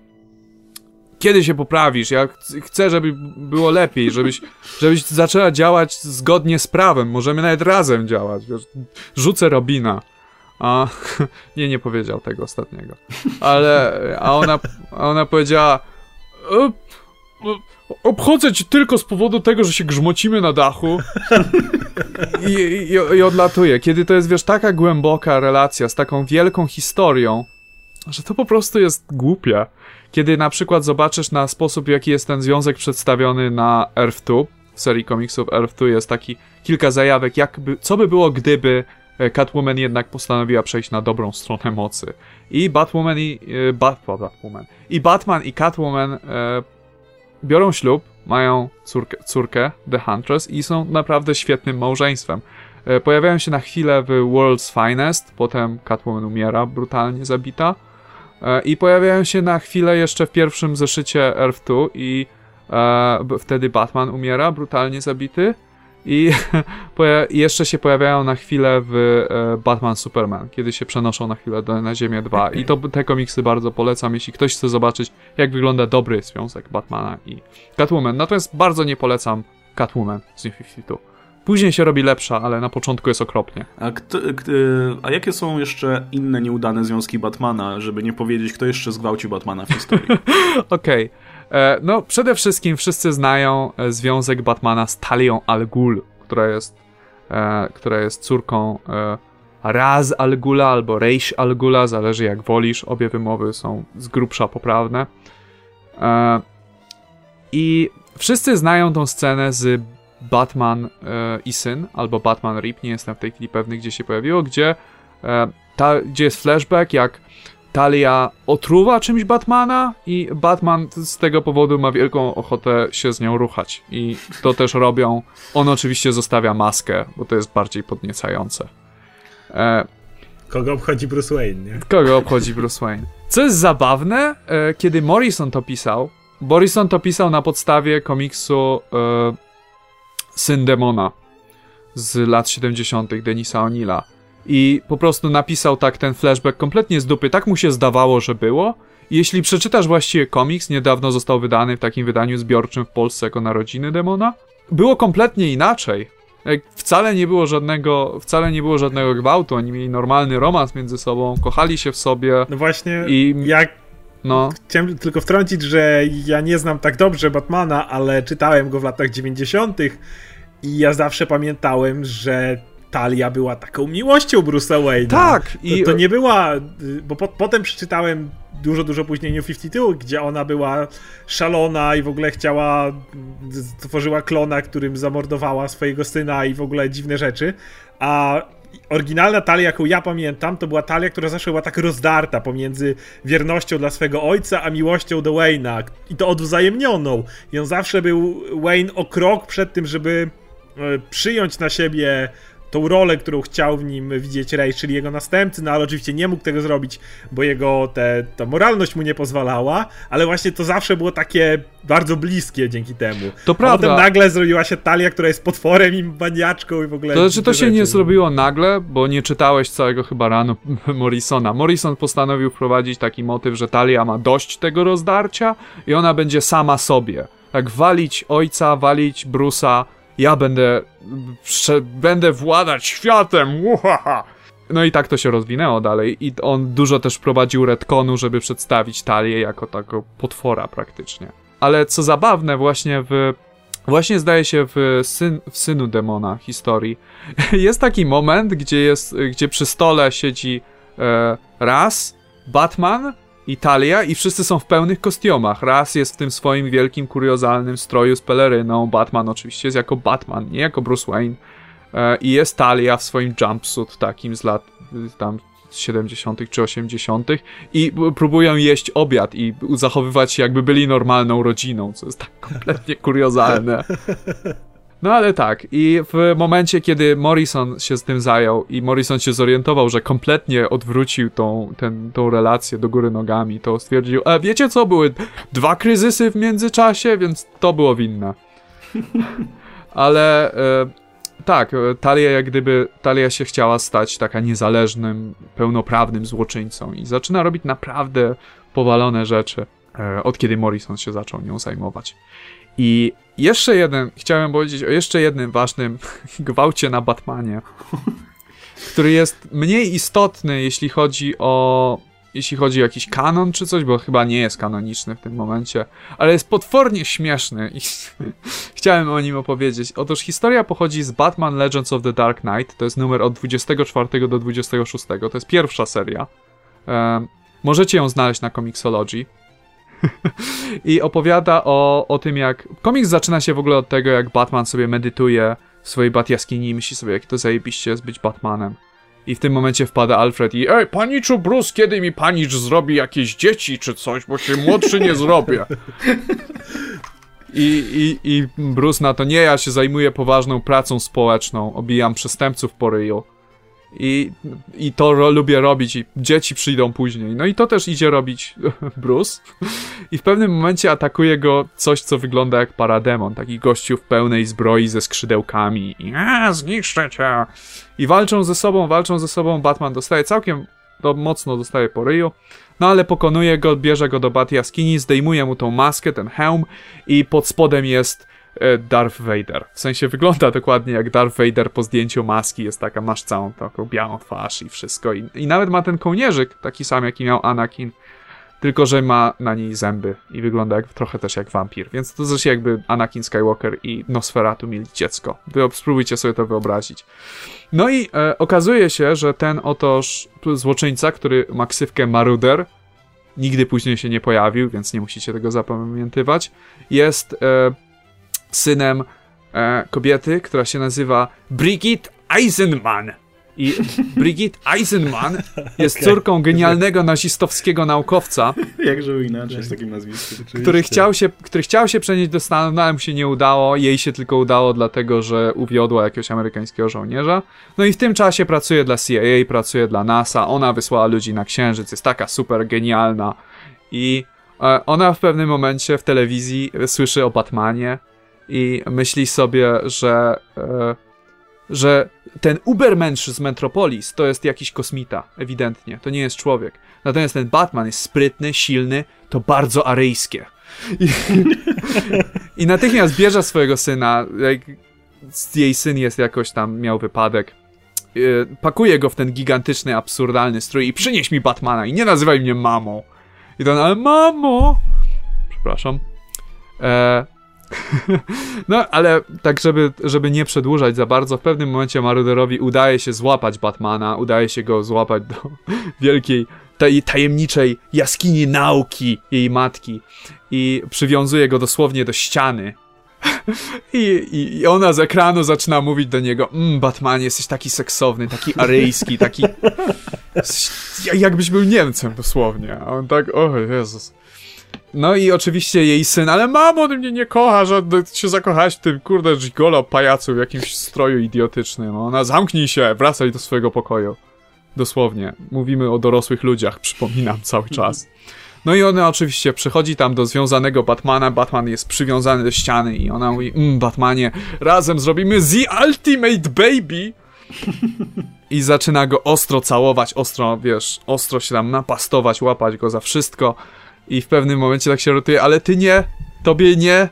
[SPEAKER 2] kiedy się poprawisz? Ja chcę, żeby było lepiej, żebyś zaczęła działać zgodnie z prawem, możemy nawet razem działać, wiesz, rzucę Robina. Nie powiedział tego ostatniego. A ona powiedziała: obchodzę cię tylko z powodu tego, że się grzmocimy na dachu i odlatuję. Kiedy to jest, wiesz, taka głęboka relacja z taką wielką historią, że to po prostu jest głupie. Kiedy na przykład zobaczysz na sposób, w jaki jest ten związek przedstawiony na Earth 2, w serii komiksów Earth 2 jest taki kilka zajawek, co by było, gdyby Catwoman jednak postanowiła przejść na dobrą stronę mocy. I Batman i Catwoman biorą ślub, mają córkę, The Huntress, i są naprawdę świetnym małżeństwem. Pojawiają się na chwilę w World's Finest, potem Catwoman umiera, brutalnie zabita. I pojawiają się na chwilę jeszcze w pierwszym zeszycie Earth 2 i wtedy Batman umiera, brutalnie zabity. I jeszcze się pojawiają na chwilę w Batman Superman, kiedy się przenoszą na chwilę na Ziemię 2. I te komiksy bardzo polecam, jeśli ktoś chce zobaczyć, jak wygląda dobry związek Batmana i Catwoman. Natomiast bardzo nie polecam Catwoman z New 52. Później się robi lepsza, ale na początku jest okropnie.
[SPEAKER 1] A jakie są jeszcze inne nieudane związki Batmana, żeby nie powiedzieć, kto jeszcze zgwałcił Batmana w historii?
[SPEAKER 2] Okej. No, przede wszystkim wszyscy znają związek Batmana z Talią Al Ghul, która jest córką Ra's Al Ghula albo Ra's Al Ghula, zależy jak wolisz, obie wymowy są z grubsza poprawne. I wszyscy znają tą scenę z Batman i syn, albo Batman Rip, nie jestem w tej chwili pewny, gdzie się pojawiło, gdzie jest flashback, jak Talia otruwa czymś Batmana i Batman z tego powodu ma wielką ochotę się z nią ruchać. I to też robią. On oczywiście zostawia maskę, bo to jest bardziej podniecające.
[SPEAKER 3] Kogo obchodzi Bruce Wayne, nie?
[SPEAKER 2] Kogo obchodzi Bruce Wayne. Co jest zabawne, kiedy Morrison to pisał na podstawie komiksu Syn Demona z lat 70. Denisa O'Neilla. I po prostu napisał tak ten flashback kompletnie z dupy, tak mu się zdawało, że było. I jeśli przeczytasz właściwie komiks, niedawno został wydany w takim wydaniu zbiorczym w Polsce jako Narodziny Demona, było kompletnie inaczej. Wcale nie było żadnego gwałtu, oni mieli normalny romans między sobą, kochali się w sobie.
[SPEAKER 3] No właśnie, chciałem tylko wtrącić, że ja nie znam tak dobrze Batmana, ale czytałem go w latach 90. i ja zawsze pamiętałem, że Talia była taką miłością Bruce'a Wayne'a.
[SPEAKER 2] Tak.
[SPEAKER 3] To nie była, bo potem przeczytałem dużo później New 52, gdzie ona była szalona i w ogóle stworzyła klona, którym zamordowała swojego syna i w ogóle dziwne rzeczy, a oryginalna Talia, jaką ja pamiętam, to była Talia, która zawsze była tak rozdarta pomiędzy wiernością dla swego ojca, a miłością do Wayne'a i to odwzajemnioną. I on zawsze był Wayne o krok przed tym, żeby przyjąć na siebie tą rolę, którą chciał w nim widzieć Ray, czyli jego następcy, no ale oczywiście nie mógł tego zrobić, bo jego ta moralność mu nie pozwalała, ale właśnie to zawsze było takie bardzo bliskie dzięki temu.
[SPEAKER 2] To prawda.
[SPEAKER 3] A potem nagle zrobiła się Talia, która jest potworem i maniaczką i w ogóle...
[SPEAKER 2] To znaczy to się nie zrobiło nagle, bo nie czytałeś całego chyba rano Morrisona. Morrison postanowił wprowadzić taki motyw, że Talia ma dość tego rozdarcia i ona będzie sama sobie. Tak walić ojca, walić Bruce'a, ja będę władać światem, uhaha. No i tak to się rozwinęło dalej i on dużo też wprowadził retconu, żeby przedstawić Talię jako taką potwora praktycznie. Ale co zabawne, właśnie zdaje się w Synu Demona historii jest taki moment, gdzie przy stole siedzi Ra's, Batman i Talia i wszyscy są w pełnych kostiumach. Ra's jest w tym swoim wielkim, kuriozalnym stroju z peleryną. Batman oczywiście jest jako Batman, nie jako Bruce Wayne. I jest Talia w swoim jumpsuit takim z lat tam 70. czy 80. I próbują jeść obiad i zachowywać się jakby byli normalną rodziną, co jest tak kompletnie kuriozalne. No ale tak, i w momencie, kiedy Morrison się z tym zajął i Morrison się zorientował, że kompletnie odwrócił tą relację do góry nogami, to stwierdził, wiecie co, były 2 kryzysy w międzyczasie, więc to było winne. Ale tak, Talia się chciała stać taka niezależnym, pełnoprawnym złoczyńcą i zaczyna robić naprawdę powalone rzeczy, od kiedy Morrison się zaczął nią zajmować. I chciałem powiedzieć o jeszcze jednym ważnym gwałcie na Batmanie, który jest mniej istotny, jeśli chodzi o jeśli chodzi o jakiś kanon czy coś, bo chyba nie jest kanoniczny w tym momencie, ale jest potwornie śmieszny i chciałem o nim opowiedzieć. Otóż historia pochodzi z Batman Legends of the Dark Knight, to jest numer od 24 do 26, to jest pierwsza seria. Możecie ją znaleźć na Comixology. I opowiada o tym, jak... Komiks zaczyna się w ogóle od tego, jak Batman sobie medytuje w swojej Batjaskini i myśli sobie, jak to zajebiście jest być Batmanem. I w tym momencie wpada Alfred i ej, paniczu Bruce, kiedy mi panicz zrobi jakieś dzieci czy coś, bo się młodszy nie zrobię. I Bruce na to, nie, ja się zajmuję poważną pracą społeczną, obijam przestępców po ryju. I to lubię robić i dzieci przyjdą później. No i to też idzie robić Bruce. I w pewnym momencie atakuje go coś, co wygląda jak parademon. Taki gościu w pełnej zbroi ze skrzydełkami. I zniszczę cię. I walczą ze sobą. Batman dostaje całkiem mocno dostaje po ryju. No ale pokonuje go, bierze go do Batjaskini, zdejmuje mu tą maskę, ten hełm i pod spodem jest Darth Vader. W sensie wygląda dokładnie jak Darth Vader po zdjęciu maski. Jest taka, masz całą taką białą twarz i wszystko. I nawet ma ten kołnierzyk, taki sam jaki miał Anakin. Tylko że ma na niej zęby i wygląda trochę też jak wampir. Więc to zresztą jakby Anakin Skywalker i Nosferatu mieli dziecko. Spróbujcie sobie to wyobrazić. No i okazuje się, że ten otoż złoczyńca, który ma ksywkę Maruder, nigdy później się nie pojawił, więc nie musicie tego zapamiętywać, jest synem kobiety, która się nazywa Brigitte Eisenman. I Brigitte Eisenman jest córką genialnego nazistowskiego naukowca.
[SPEAKER 1] Jak żeby inaczej z takim nazwiskiem.
[SPEAKER 2] Który chciał się przenieść do Stanów, no ale mu się nie udało. Jej się tylko udało dlatego, że uwiodła jakiegoś amerykańskiego żołnierza. No i w tym czasie pracuje dla CIA, pracuje dla NASA. Ona wysłała ludzi na Księżyc, jest taka super genialna. I ona w pewnym momencie w telewizji słyszy o Batmanie i myśli sobie, że ten Ubermensch z Metropolis to jest jakiś kosmita, ewidentnie, to nie jest człowiek. Natomiast ten Batman jest sprytny, silny, to bardzo aryjskie. I natychmiast bierze swojego syna, jej syn jest jakoś tam, miał wypadek, pakuje go w ten gigantyczny, absurdalny strój i przynieś mi Batmana i nie nazywaj mnie mamą. I to, ale mamo! Przepraszam. No, ale tak, żeby nie przedłużać za bardzo, w pewnym momencie Maruderowi udaje się złapać Batmana, udaje się go złapać do wielkiej, tajemniczej jaskini nauki jej matki i przywiązuje go dosłownie do ściany. I ona z ekranu zaczyna mówić do niego, Batman, jesteś taki seksowny, taki aryjski, taki... jakbyś był Niemcem dosłownie. A on tak, o Jezus... No i oczywiście jej syn, ale mamo, ty mnie nie kochasz, że się zakochałaś w tym, kurde, gigolo pajacu w jakimś stroju idiotycznym. Ona, zamknij się, wracaj do swojego pokoju. Dosłownie. Mówimy o dorosłych ludziach, przypominam cały czas. No i ona oczywiście przychodzi tam do związanego Batmana, Batman jest przywiązany do ściany i ona mówi, Batmanie, razem zrobimy The Ultimate Baby. I zaczyna go ostro całować, ostro się tam napastować, łapać go za wszystko. I w pewnym momencie tak się rotuje, ale ty nie, tobie nie.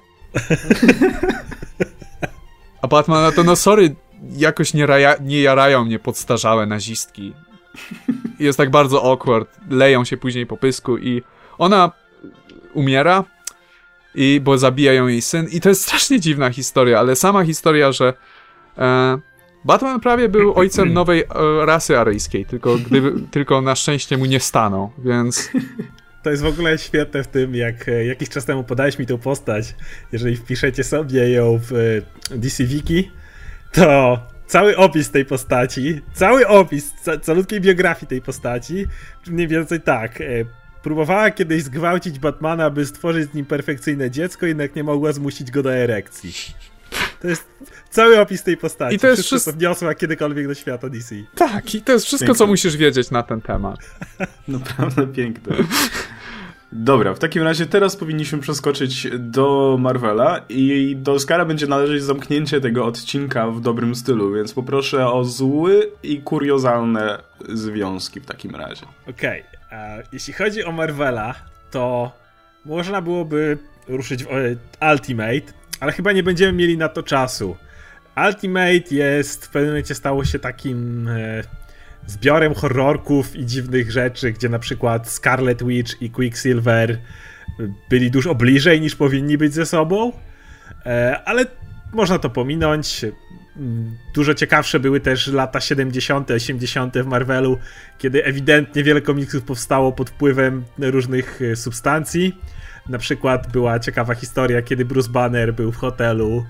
[SPEAKER 2] A Batman na to, no sorry, jakoś nie jarają mnie podstarzałe nazistki. I jest tak bardzo awkward, leją się później po pysku i ona umiera, bo zabija ją jej syn. I to jest strasznie dziwna historia, ale sama historia, że Batman prawie był ojcem nowej rasy aryjskiej, tylko na szczęście mu nie stanął, więc...
[SPEAKER 3] To jest w ogóle świetne w tym, jak jakiś czas temu podałeś mi tą postać. Jeżeli wpiszecie sobie ją w DC Wiki, to cały opis tej postaci, cały opis calutkiej biografii tej postaci, mniej więcej tak. Próbowała kiedyś zgwałcić Batmana, by stworzyć z nim perfekcyjne dziecko, jednak nie mogła zmusić go do erekcji. To jest cały opis tej postaci.
[SPEAKER 2] I to jest
[SPEAKER 3] wszystko, co wniosła kiedykolwiek do świata DC.
[SPEAKER 2] Tak, i to jest wszystko, co musisz wiedzieć na ten temat.
[SPEAKER 1] Naprawdę piękne. Dobra, w takim razie teraz powinniśmy przeskoczyć do Marvela i do Oskara będzie należeć zamknięcie tego odcinka w dobrym stylu, więc poproszę o zły i kuriozalne związki w takim razie.
[SPEAKER 3] Okej, jeśli chodzi o Marvela, to można byłoby ruszyć w Ultimate, ale chyba nie będziemy mieli na to czasu. Ultimate w pewnym momencie stało się takim zbiorem horrorków i dziwnych rzeczy, gdzie na przykład Scarlet Witch i Quicksilver byli dużo bliżej niż powinni być ze sobą, ale można to pominąć. Dużo ciekawsze były też lata 70., 80. w Marvelu, kiedy ewidentnie wiele komiksów powstało pod wpływem różnych substancji. Na przykład była ciekawa historia, kiedy Bruce Banner był w hotelu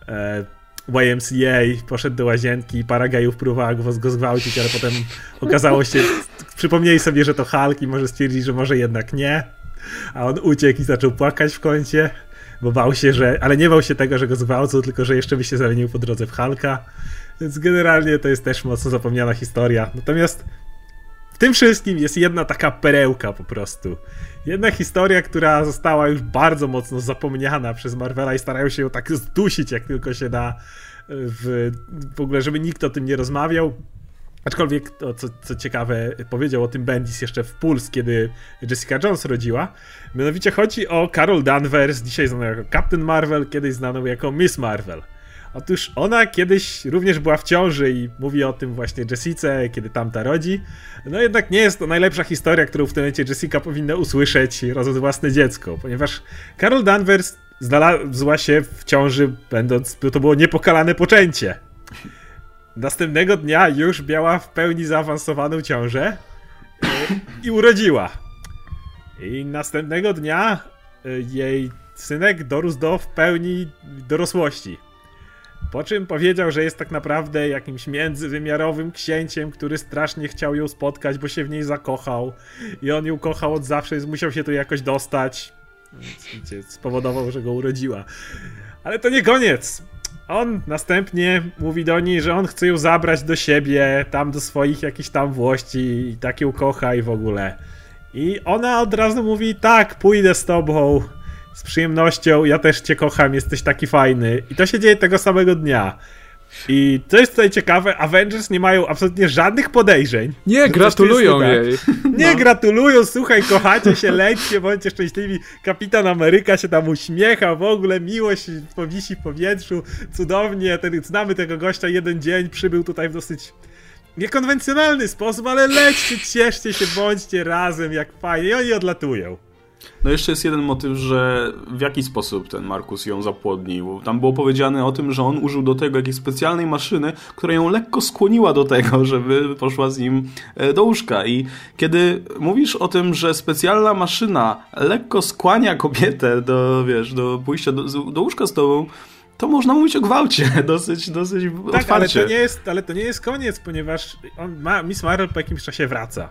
[SPEAKER 3] YMCA, poszedł do łazienki i para gejów próbowała go zgwałcić, ale potem okazało się, przypomnieli sobie, że to Hulk i może stwierdzić, że może jednak nie. A on uciekł i zaczął płakać w kącie, bo bał się, ale nie bał się tego, że go zgwałcą, tylko że jeszcze by się zamienił po drodze w Hulka. Więc generalnie to jest też mocno zapomniana historia. Natomiast w tym wszystkim jest jedna taka perełka po prostu. Jedna historia, która została już bardzo mocno zapomniana przez Marvela i starają się ją tak zdusić, jak tylko się da, w ogóle, żeby nikt o tym nie rozmawiał. Aczkolwiek to, co ciekawe, powiedział o tym Bendis jeszcze w Puls, kiedy Jessica Jones rodziła. Mianowicie chodzi o Carol Danvers, dzisiaj znaną jako Captain Marvel, kiedyś znaną jako Miss Marvel. Otóż ona kiedyś również była w ciąży i mówi o tym właśnie Jessice, kiedy tamta rodzi. No jednak nie jest to najlepsza historia, którą w tym momencie Jessica powinna usłyszeć, rodząc własne dziecko, ponieważ Carol Danvers znalazła się w ciąży, to było niepokalane poczęcie. Następnego dnia już miała w pełni zaawansowaną ciążę i urodziła. I następnego dnia jej synek dorósł do w pełni dorosłości. Po czym powiedział, że jest tak naprawdę jakimś międzywymiarowym księciem, który strasznie chciał ją spotkać, bo się w niej zakochał. I on ją kochał od zawsze, więc musiał się tu jakoś dostać. Więc spowodował, że go urodziła. Ale to nie koniec. On następnie mówi do niej, że on chce ją zabrać do siebie, tam do swoich jakichś tam włości i tak ją kocha i w ogóle. I ona od razu mówi, tak, pójdę z tobą, z przyjemnością, ja też cię kocham, jesteś taki fajny. I to się dzieje tego samego dnia. I co jest tutaj ciekawe, Avengers nie mają absolutnie żadnych podejrzeń.
[SPEAKER 2] Nie, gratulują jej.
[SPEAKER 3] Nie, gratulują, słuchaj, kochacie się, lećcie, bądźcie szczęśliwi. Kapitan Ameryka się tam uśmiecha, w ogóle miłość powisi w powietrzu, cudownie, znamy tego gościa jeden dzień, przybył tutaj w dosyć niekonwencjonalny sposób, ale lećcie, cieszcie się, bądźcie razem, jak fajnie, i oni odlatują.
[SPEAKER 1] No jeszcze jest jeden motyw, że w jaki sposób ten Markus ją zapłodnił. Tam było powiedziane o tym, że on użył do tego jakiejś specjalnej maszyny, która ją lekko skłoniła do tego, żeby poszła z nim do łóżka. I kiedy mówisz o tym, że specjalna maszyna lekko skłania kobietę do pójścia do łóżka z tobą, to można mówić o gwałcie dosyć
[SPEAKER 3] tak,
[SPEAKER 1] otwarcie.
[SPEAKER 3] Ale to nie jest koniec, ponieważ Miss Marvel po jakimś czasie wraca.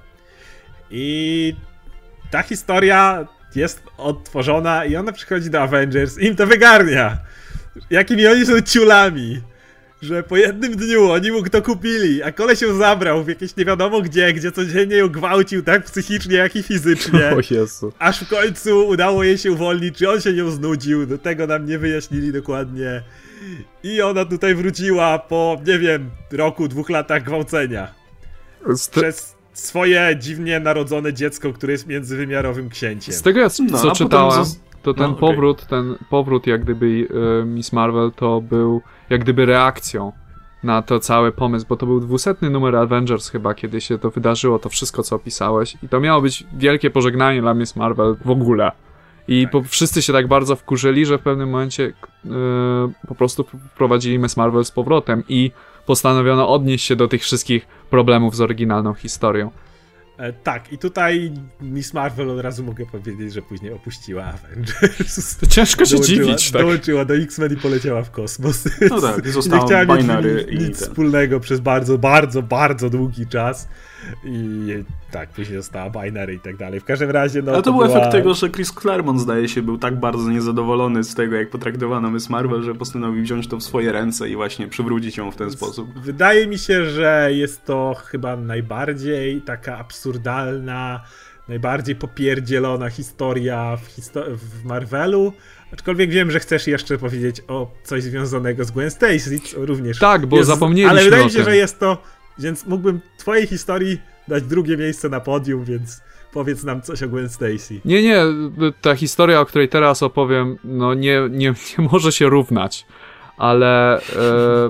[SPEAKER 3] I ta historia jest odtworzona i ona przychodzi do Avengers i im to wygarnia. Jakimi oni są ciulami. Że po jednym dniu oni mu to kupili, a koleś ją zabrał w jakieś nie wiadomo gdzie codziennie ją gwałcił tak psychicznie, jak i fizycznie.
[SPEAKER 2] O Jezu.
[SPEAKER 3] Aż w końcu udało jej się uwolnić, czy on się nią znudził, do tego nam nie wyjaśnili dokładnie. I ona tutaj wróciła po, nie wiem, roku, 2 latach gwałcenia. Przez swoje dziwnie narodzone dziecko, które jest międzywymiarowym księciem.
[SPEAKER 2] Z tego co czytałem, to ten powrót jak gdyby Miss Marvel to był jak gdyby reakcją na to cały pomysł, bo to był 200. numer Avengers chyba, kiedy się to wydarzyło, to wszystko co opisałeś i to miało być wielkie pożegnanie dla Miss Marvel w ogóle. I wszyscy się tak bardzo wkurzyli, że w pewnym momencie po prostu wprowadzili Miss Marvel z powrotem i postanowiono odnieść się do tych wszystkich problemów z oryginalną historią.
[SPEAKER 3] Tak, i tutaj Miss Marvel od razu mogę powiedzieć, że później opuściła Avengers.
[SPEAKER 2] To ciężko się dziwić, tak?
[SPEAKER 3] Dołączyła do X-Men i poleciała w kosmos.
[SPEAKER 1] No tak, została nie chciała mieć
[SPEAKER 3] nic wspólnego przez bardzo, bardzo, bardzo długi czas. I tak, później została Binary i tak dalej. W każdym razie, no.
[SPEAKER 1] Ale to był efekt tego, że Chris Claremont, zdaje się, był tak bardzo niezadowolony z tego, jak potraktowano Miss Marvel, że postanowił wziąć to w swoje ręce i właśnie przywrócić ją w ten sposób.
[SPEAKER 3] Wydaje mi się, że jest to chyba najbardziej taka absurdalna, najbardziej popierdzielona historia w Marvelu. Aczkolwiek wiem, że chcesz jeszcze powiedzieć o coś związanego z Gwen Stacy, co również.
[SPEAKER 2] Tak, bo zapomnieliśmy.
[SPEAKER 3] Ale wydaje mi się, że jest to. Więc mógłbym twojej historii dać drugie miejsce na podium, więc powiedz nam coś o Gwen Stacy.
[SPEAKER 2] Nie, ta historia, o której teraz opowiem, no nie może się równać, ale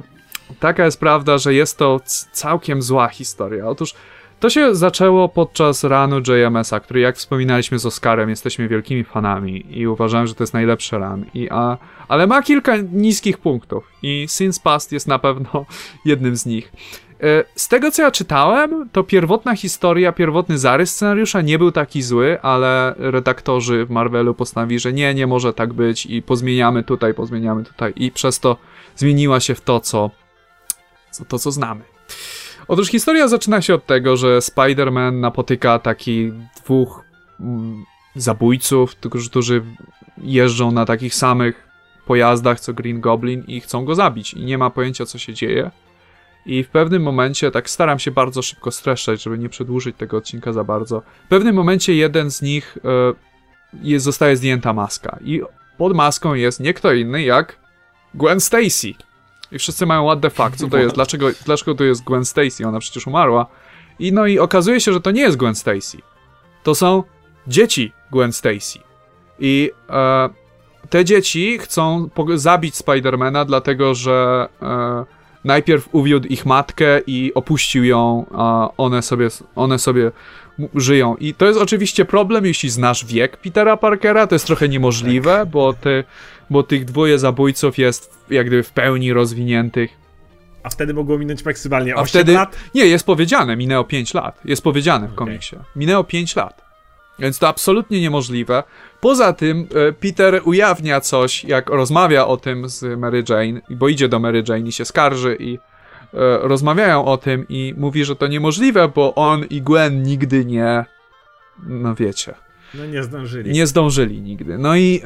[SPEAKER 2] taka jest prawda, że jest to całkiem zła historia. Otóż to się zaczęło podczas runu JMS-a, który, jak wspominaliśmy z Oscarem, jesteśmy wielkimi fanami i uważam, że to jest najlepszy run. Ale ma kilka niskich punktów i Sins Past jest na pewno jednym z nich. Z tego, co ja czytałem, to pierwotna historia, pierwotny zarys scenariusza nie był taki zły, ale redaktorzy w Marvelu postanowili, że nie może tak być i pozmieniamy tutaj i przez to zmieniła się w to, co znamy. Otóż historia zaczyna się od tego, że Spider-Man napotyka takich dwóch zabójców, którzy jeżdżą na takich samych pojazdach co Green Goblin i chcą go zabić i nie ma pojęcia, co się dzieje. I w pewnym momencie, tak staram się bardzo szybko streszczać, żeby nie przedłużyć tego odcinka za bardzo, w pewnym momencie jeden z nich zostaje zdjęta maska i pod maską jest nie kto inny jak Gwen Stacy. I wszyscy mają what the fuck, co to jest, dlaczego to jest Gwen Stacy, ona przecież umarła. I okazuje się, że to nie jest Gwen Stacy. To są dzieci Gwen Stacy. I te dzieci chcą zabić Spidermana, dlatego że najpierw uwiódł ich matkę i opuścił ją, a one sobie żyją. I to jest oczywiście problem, jeśli znasz wiek Petera Parkera, to jest trochę niemożliwe, bo tych dwoje zabójców jest jak gdyby w pełni rozwiniętych.
[SPEAKER 3] A wtedy mogło minąć maksymalnie 8 lat?
[SPEAKER 2] Nie, jest powiedziane, minęło 5 lat. Jest powiedziane w komiksie. Minęło 5 lat. Więc to absolutnie niemożliwe. Poza tym Peter ujawnia coś, jak rozmawia o tym z Mary Jane, bo idzie do Mary Jane i się skarży i rozmawiają o tym i mówi, że to niemożliwe, bo on i Gwen nigdy nie... No wiecie...
[SPEAKER 3] No nie zdążyli.
[SPEAKER 2] Nie zdążyli nigdy.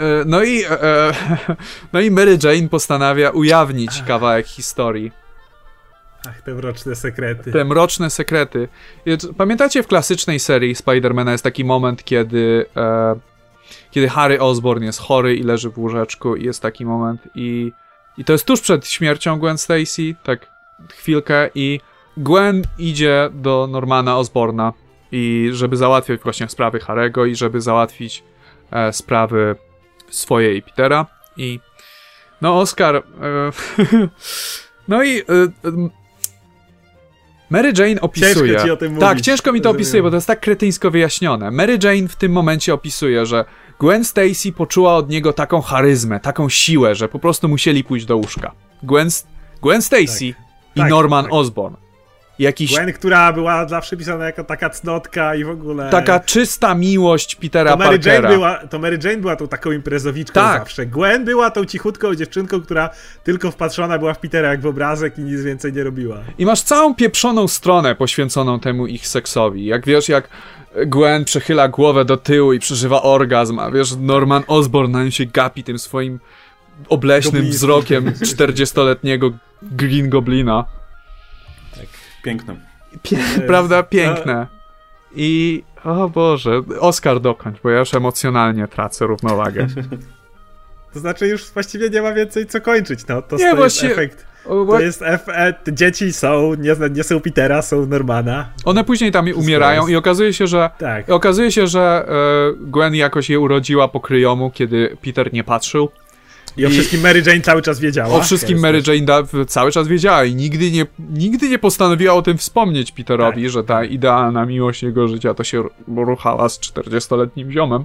[SPEAKER 2] No i Mary Jane postanawia ujawnić kawałek historii.
[SPEAKER 3] Ach, te mroczne sekrety.
[SPEAKER 2] Te mroczne sekrety. Pamiętacie, w klasycznej serii Spidermana jest taki moment, kiedy Harry Osborn jest chory i leży w łóżeczku i jest taki moment i to jest tuż przed śmiercią Gwen Stacy, tak chwilkę i Gwen idzie do Normana Osborna i żeby załatwić właśnie sprawy Harry'ego i żeby załatwić sprawy swoje i Petera i no Oscar no i Mary Jane opisuje...
[SPEAKER 3] Ciężko ci o tym mówić.
[SPEAKER 2] Tak, ciężko mi to opisuje, bo to jest tak kretyńsko wyjaśnione. Mary Jane w tym momencie opisuje, że Gwen Stacy poczuła od niego taką charyzmę, taką siłę, że po prostu musieli pójść do łóżka. Gwen Stacy i Norman Osborn.
[SPEAKER 3] Gwen, która była zawsze pisana jako taka cnotka i w ogóle...
[SPEAKER 2] Taka czysta miłość Petera Parkera.
[SPEAKER 3] To Mary Jane była tą taką imprezowiczką zawsze. Gwen była tą cichutką dziewczynką, która tylko wpatrzona była w Petera jak w obrazek i nic więcej nie robiła.
[SPEAKER 2] I masz całą pieprzoną stronę poświęconą temu ich seksowi. Jak wiesz, jak Gwen przechyla głowę do tyłu i przeżywa orgazm, a wiesz, Norman Osborn na nim się gapi tym swoim obleśnym wzrokiem 40-letniego Green Goblina.
[SPEAKER 1] Piękne.
[SPEAKER 2] Prawda? Piękne. I... O Boże, Oscar dokończ, bo ja już emocjonalnie tracę równowagę.
[SPEAKER 3] To znaczy już właściwie nie ma więcej co kończyć, no. To jest efekt. To jest efekt. Dzieci są, nie są Petera, są Normana.
[SPEAKER 2] One później tam umierają i okazuje się, że Gwen jakoś je urodziła po kryjomu, kiedy Peter nie patrzył.
[SPEAKER 3] I o wszystkim Mary Jane cały czas wiedziała.
[SPEAKER 2] O wszystkim Mary Jane cały czas wiedziała i nigdy nie postanowiła o tym wspomnieć Peterowi, że ta idealna miłość jego życia to się ruchała z 40-letnim ziomem.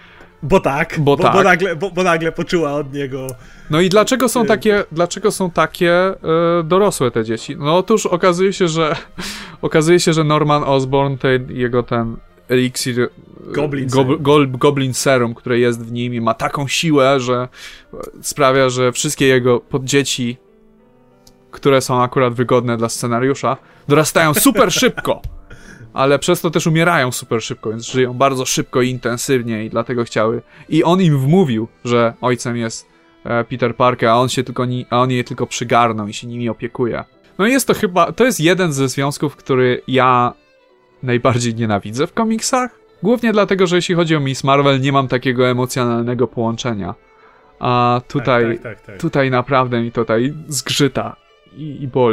[SPEAKER 3] Bo nagle poczuła od niego...
[SPEAKER 2] No i dlaczego są takie dorosłe te dzieci? No otóż okazuje się, że Norman Osborn, jego eliksir Goblin Serum, które jest w nim i ma taką siłę, że sprawia, że wszystkie jego dzieci, które są akurat wygodne dla scenariusza, dorastają super szybko, ale przez to też umierają super szybko, więc żyją bardzo szybko i intensywnie i dlatego chciały. I on im wmówił, że ojcem jest Peter Parker, a on je tylko przygarnął i się nimi opiekuje. No i to jest jeden ze związków, który ja najbardziej nienawidzę w komiksach. Głównie dlatego, że jeśli chodzi o Miss Marvel, nie mam takiego emocjonalnego połączenia. A tutaj naprawdę mi to zgrzyta i boli.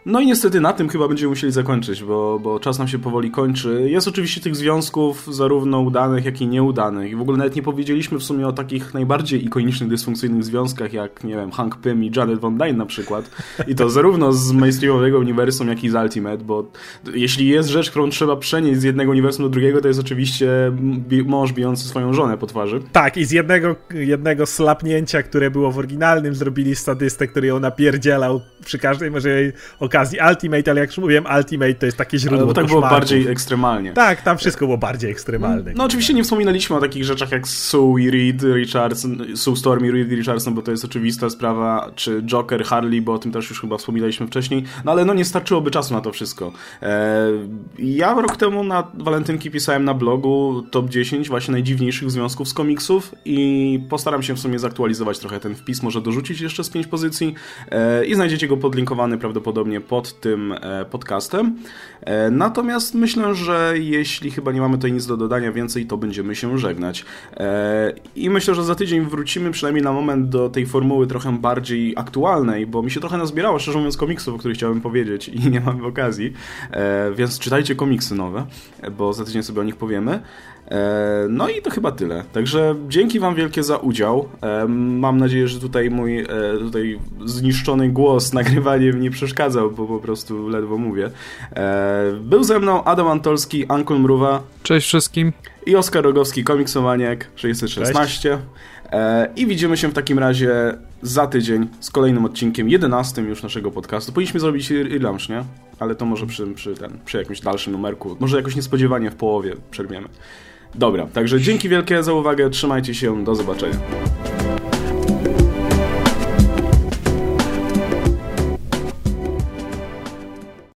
[SPEAKER 1] No i niestety na tym chyba będziemy musieli zakończyć, bo czas nam się powoli kończy. Jest oczywiście tych związków zarówno udanych, jak i nieudanych. I w ogóle nawet nie powiedzieliśmy w sumie o takich najbardziej ikonicznych, dysfunkcyjnych związkach, jak, nie wiem, Hank Pym i Janet Von Dyne na przykład. I to zarówno z mainstreamowego uniwersum, jak i z Ultimate, bo jeśli jest rzecz, którą trzeba przenieść z jednego uniwersum do drugiego, to jest oczywiście mąż bijący swoją żonę po twarzy.
[SPEAKER 3] Tak, i z jednego slapnięcia, które było w oryginalnym, zrobili statystę, który ją napierdzielał przy każdej możliwej okazji. Ultimate, ale jak już mówiłem, Ultimate to jest takie źródło
[SPEAKER 1] ale bo tak
[SPEAKER 3] koszmarów.
[SPEAKER 1] było bardziej ekstremalnie.
[SPEAKER 3] Tak, tam wszystko było bardziej ekstremalne.
[SPEAKER 1] No oczywiście nie wspominaliśmy o takich rzeczach jak Sue i Reed Richardson, Sue Storm i Reed Richardson, bo to jest oczywista sprawa, czy Joker, Harley, bo o tym też już chyba wspominaliśmy wcześniej, no ale no nie starczyłoby czasu na to wszystko. Ja rok temu na walentynki pisałem na blogu top 10 właśnie najdziwniejszych związków z komiksów i postaram się w sumie zaktualizować trochę ten wpis, może dorzucić jeszcze z 5 pozycji i znajdziecie go podlinkowany prawdopodobnie pod tym podcastem. Natomiast myślę, że jeśli chyba nie mamy tutaj nic do dodania więcej, to będziemy się żegnać. I myślę, że za tydzień wrócimy przynajmniej na moment do tej formuły trochę bardziej aktualnej, bo mi się trochę nazbierało, szczerze mówiąc, komiksów, o których chciałem powiedzieć i nie mamy okazji. Więc czytajcie komiksy nowe, bo za tydzień sobie o nich powiemy. No i to chyba tyle. Także dzięki wam wielkie za udział. Mam nadzieję, że tutaj mój zniszczony głos nagrywaniem nie przeszkadzał, bo po prostu ledwo mówię. Był ze mną Adam Antolski, Uncle Mruwa.
[SPEAKER 2] Cześć wszystkim.
[SPEAKER 1] I Oskar Rogowski, komiksomaniak 616. I widzimy się w takim razie za tydzień z kolejnym odcinkiem, 11 już naszego podcastu. Powinniśmy zrobić relaunch, nie? Ale to może przy jakimś dalszym numerku. Może jakoś niespodziewanie w połowie przerwiemy. Dobra, także dzięki wielkie za uwagę, trzymajcie się, do zobaczenia.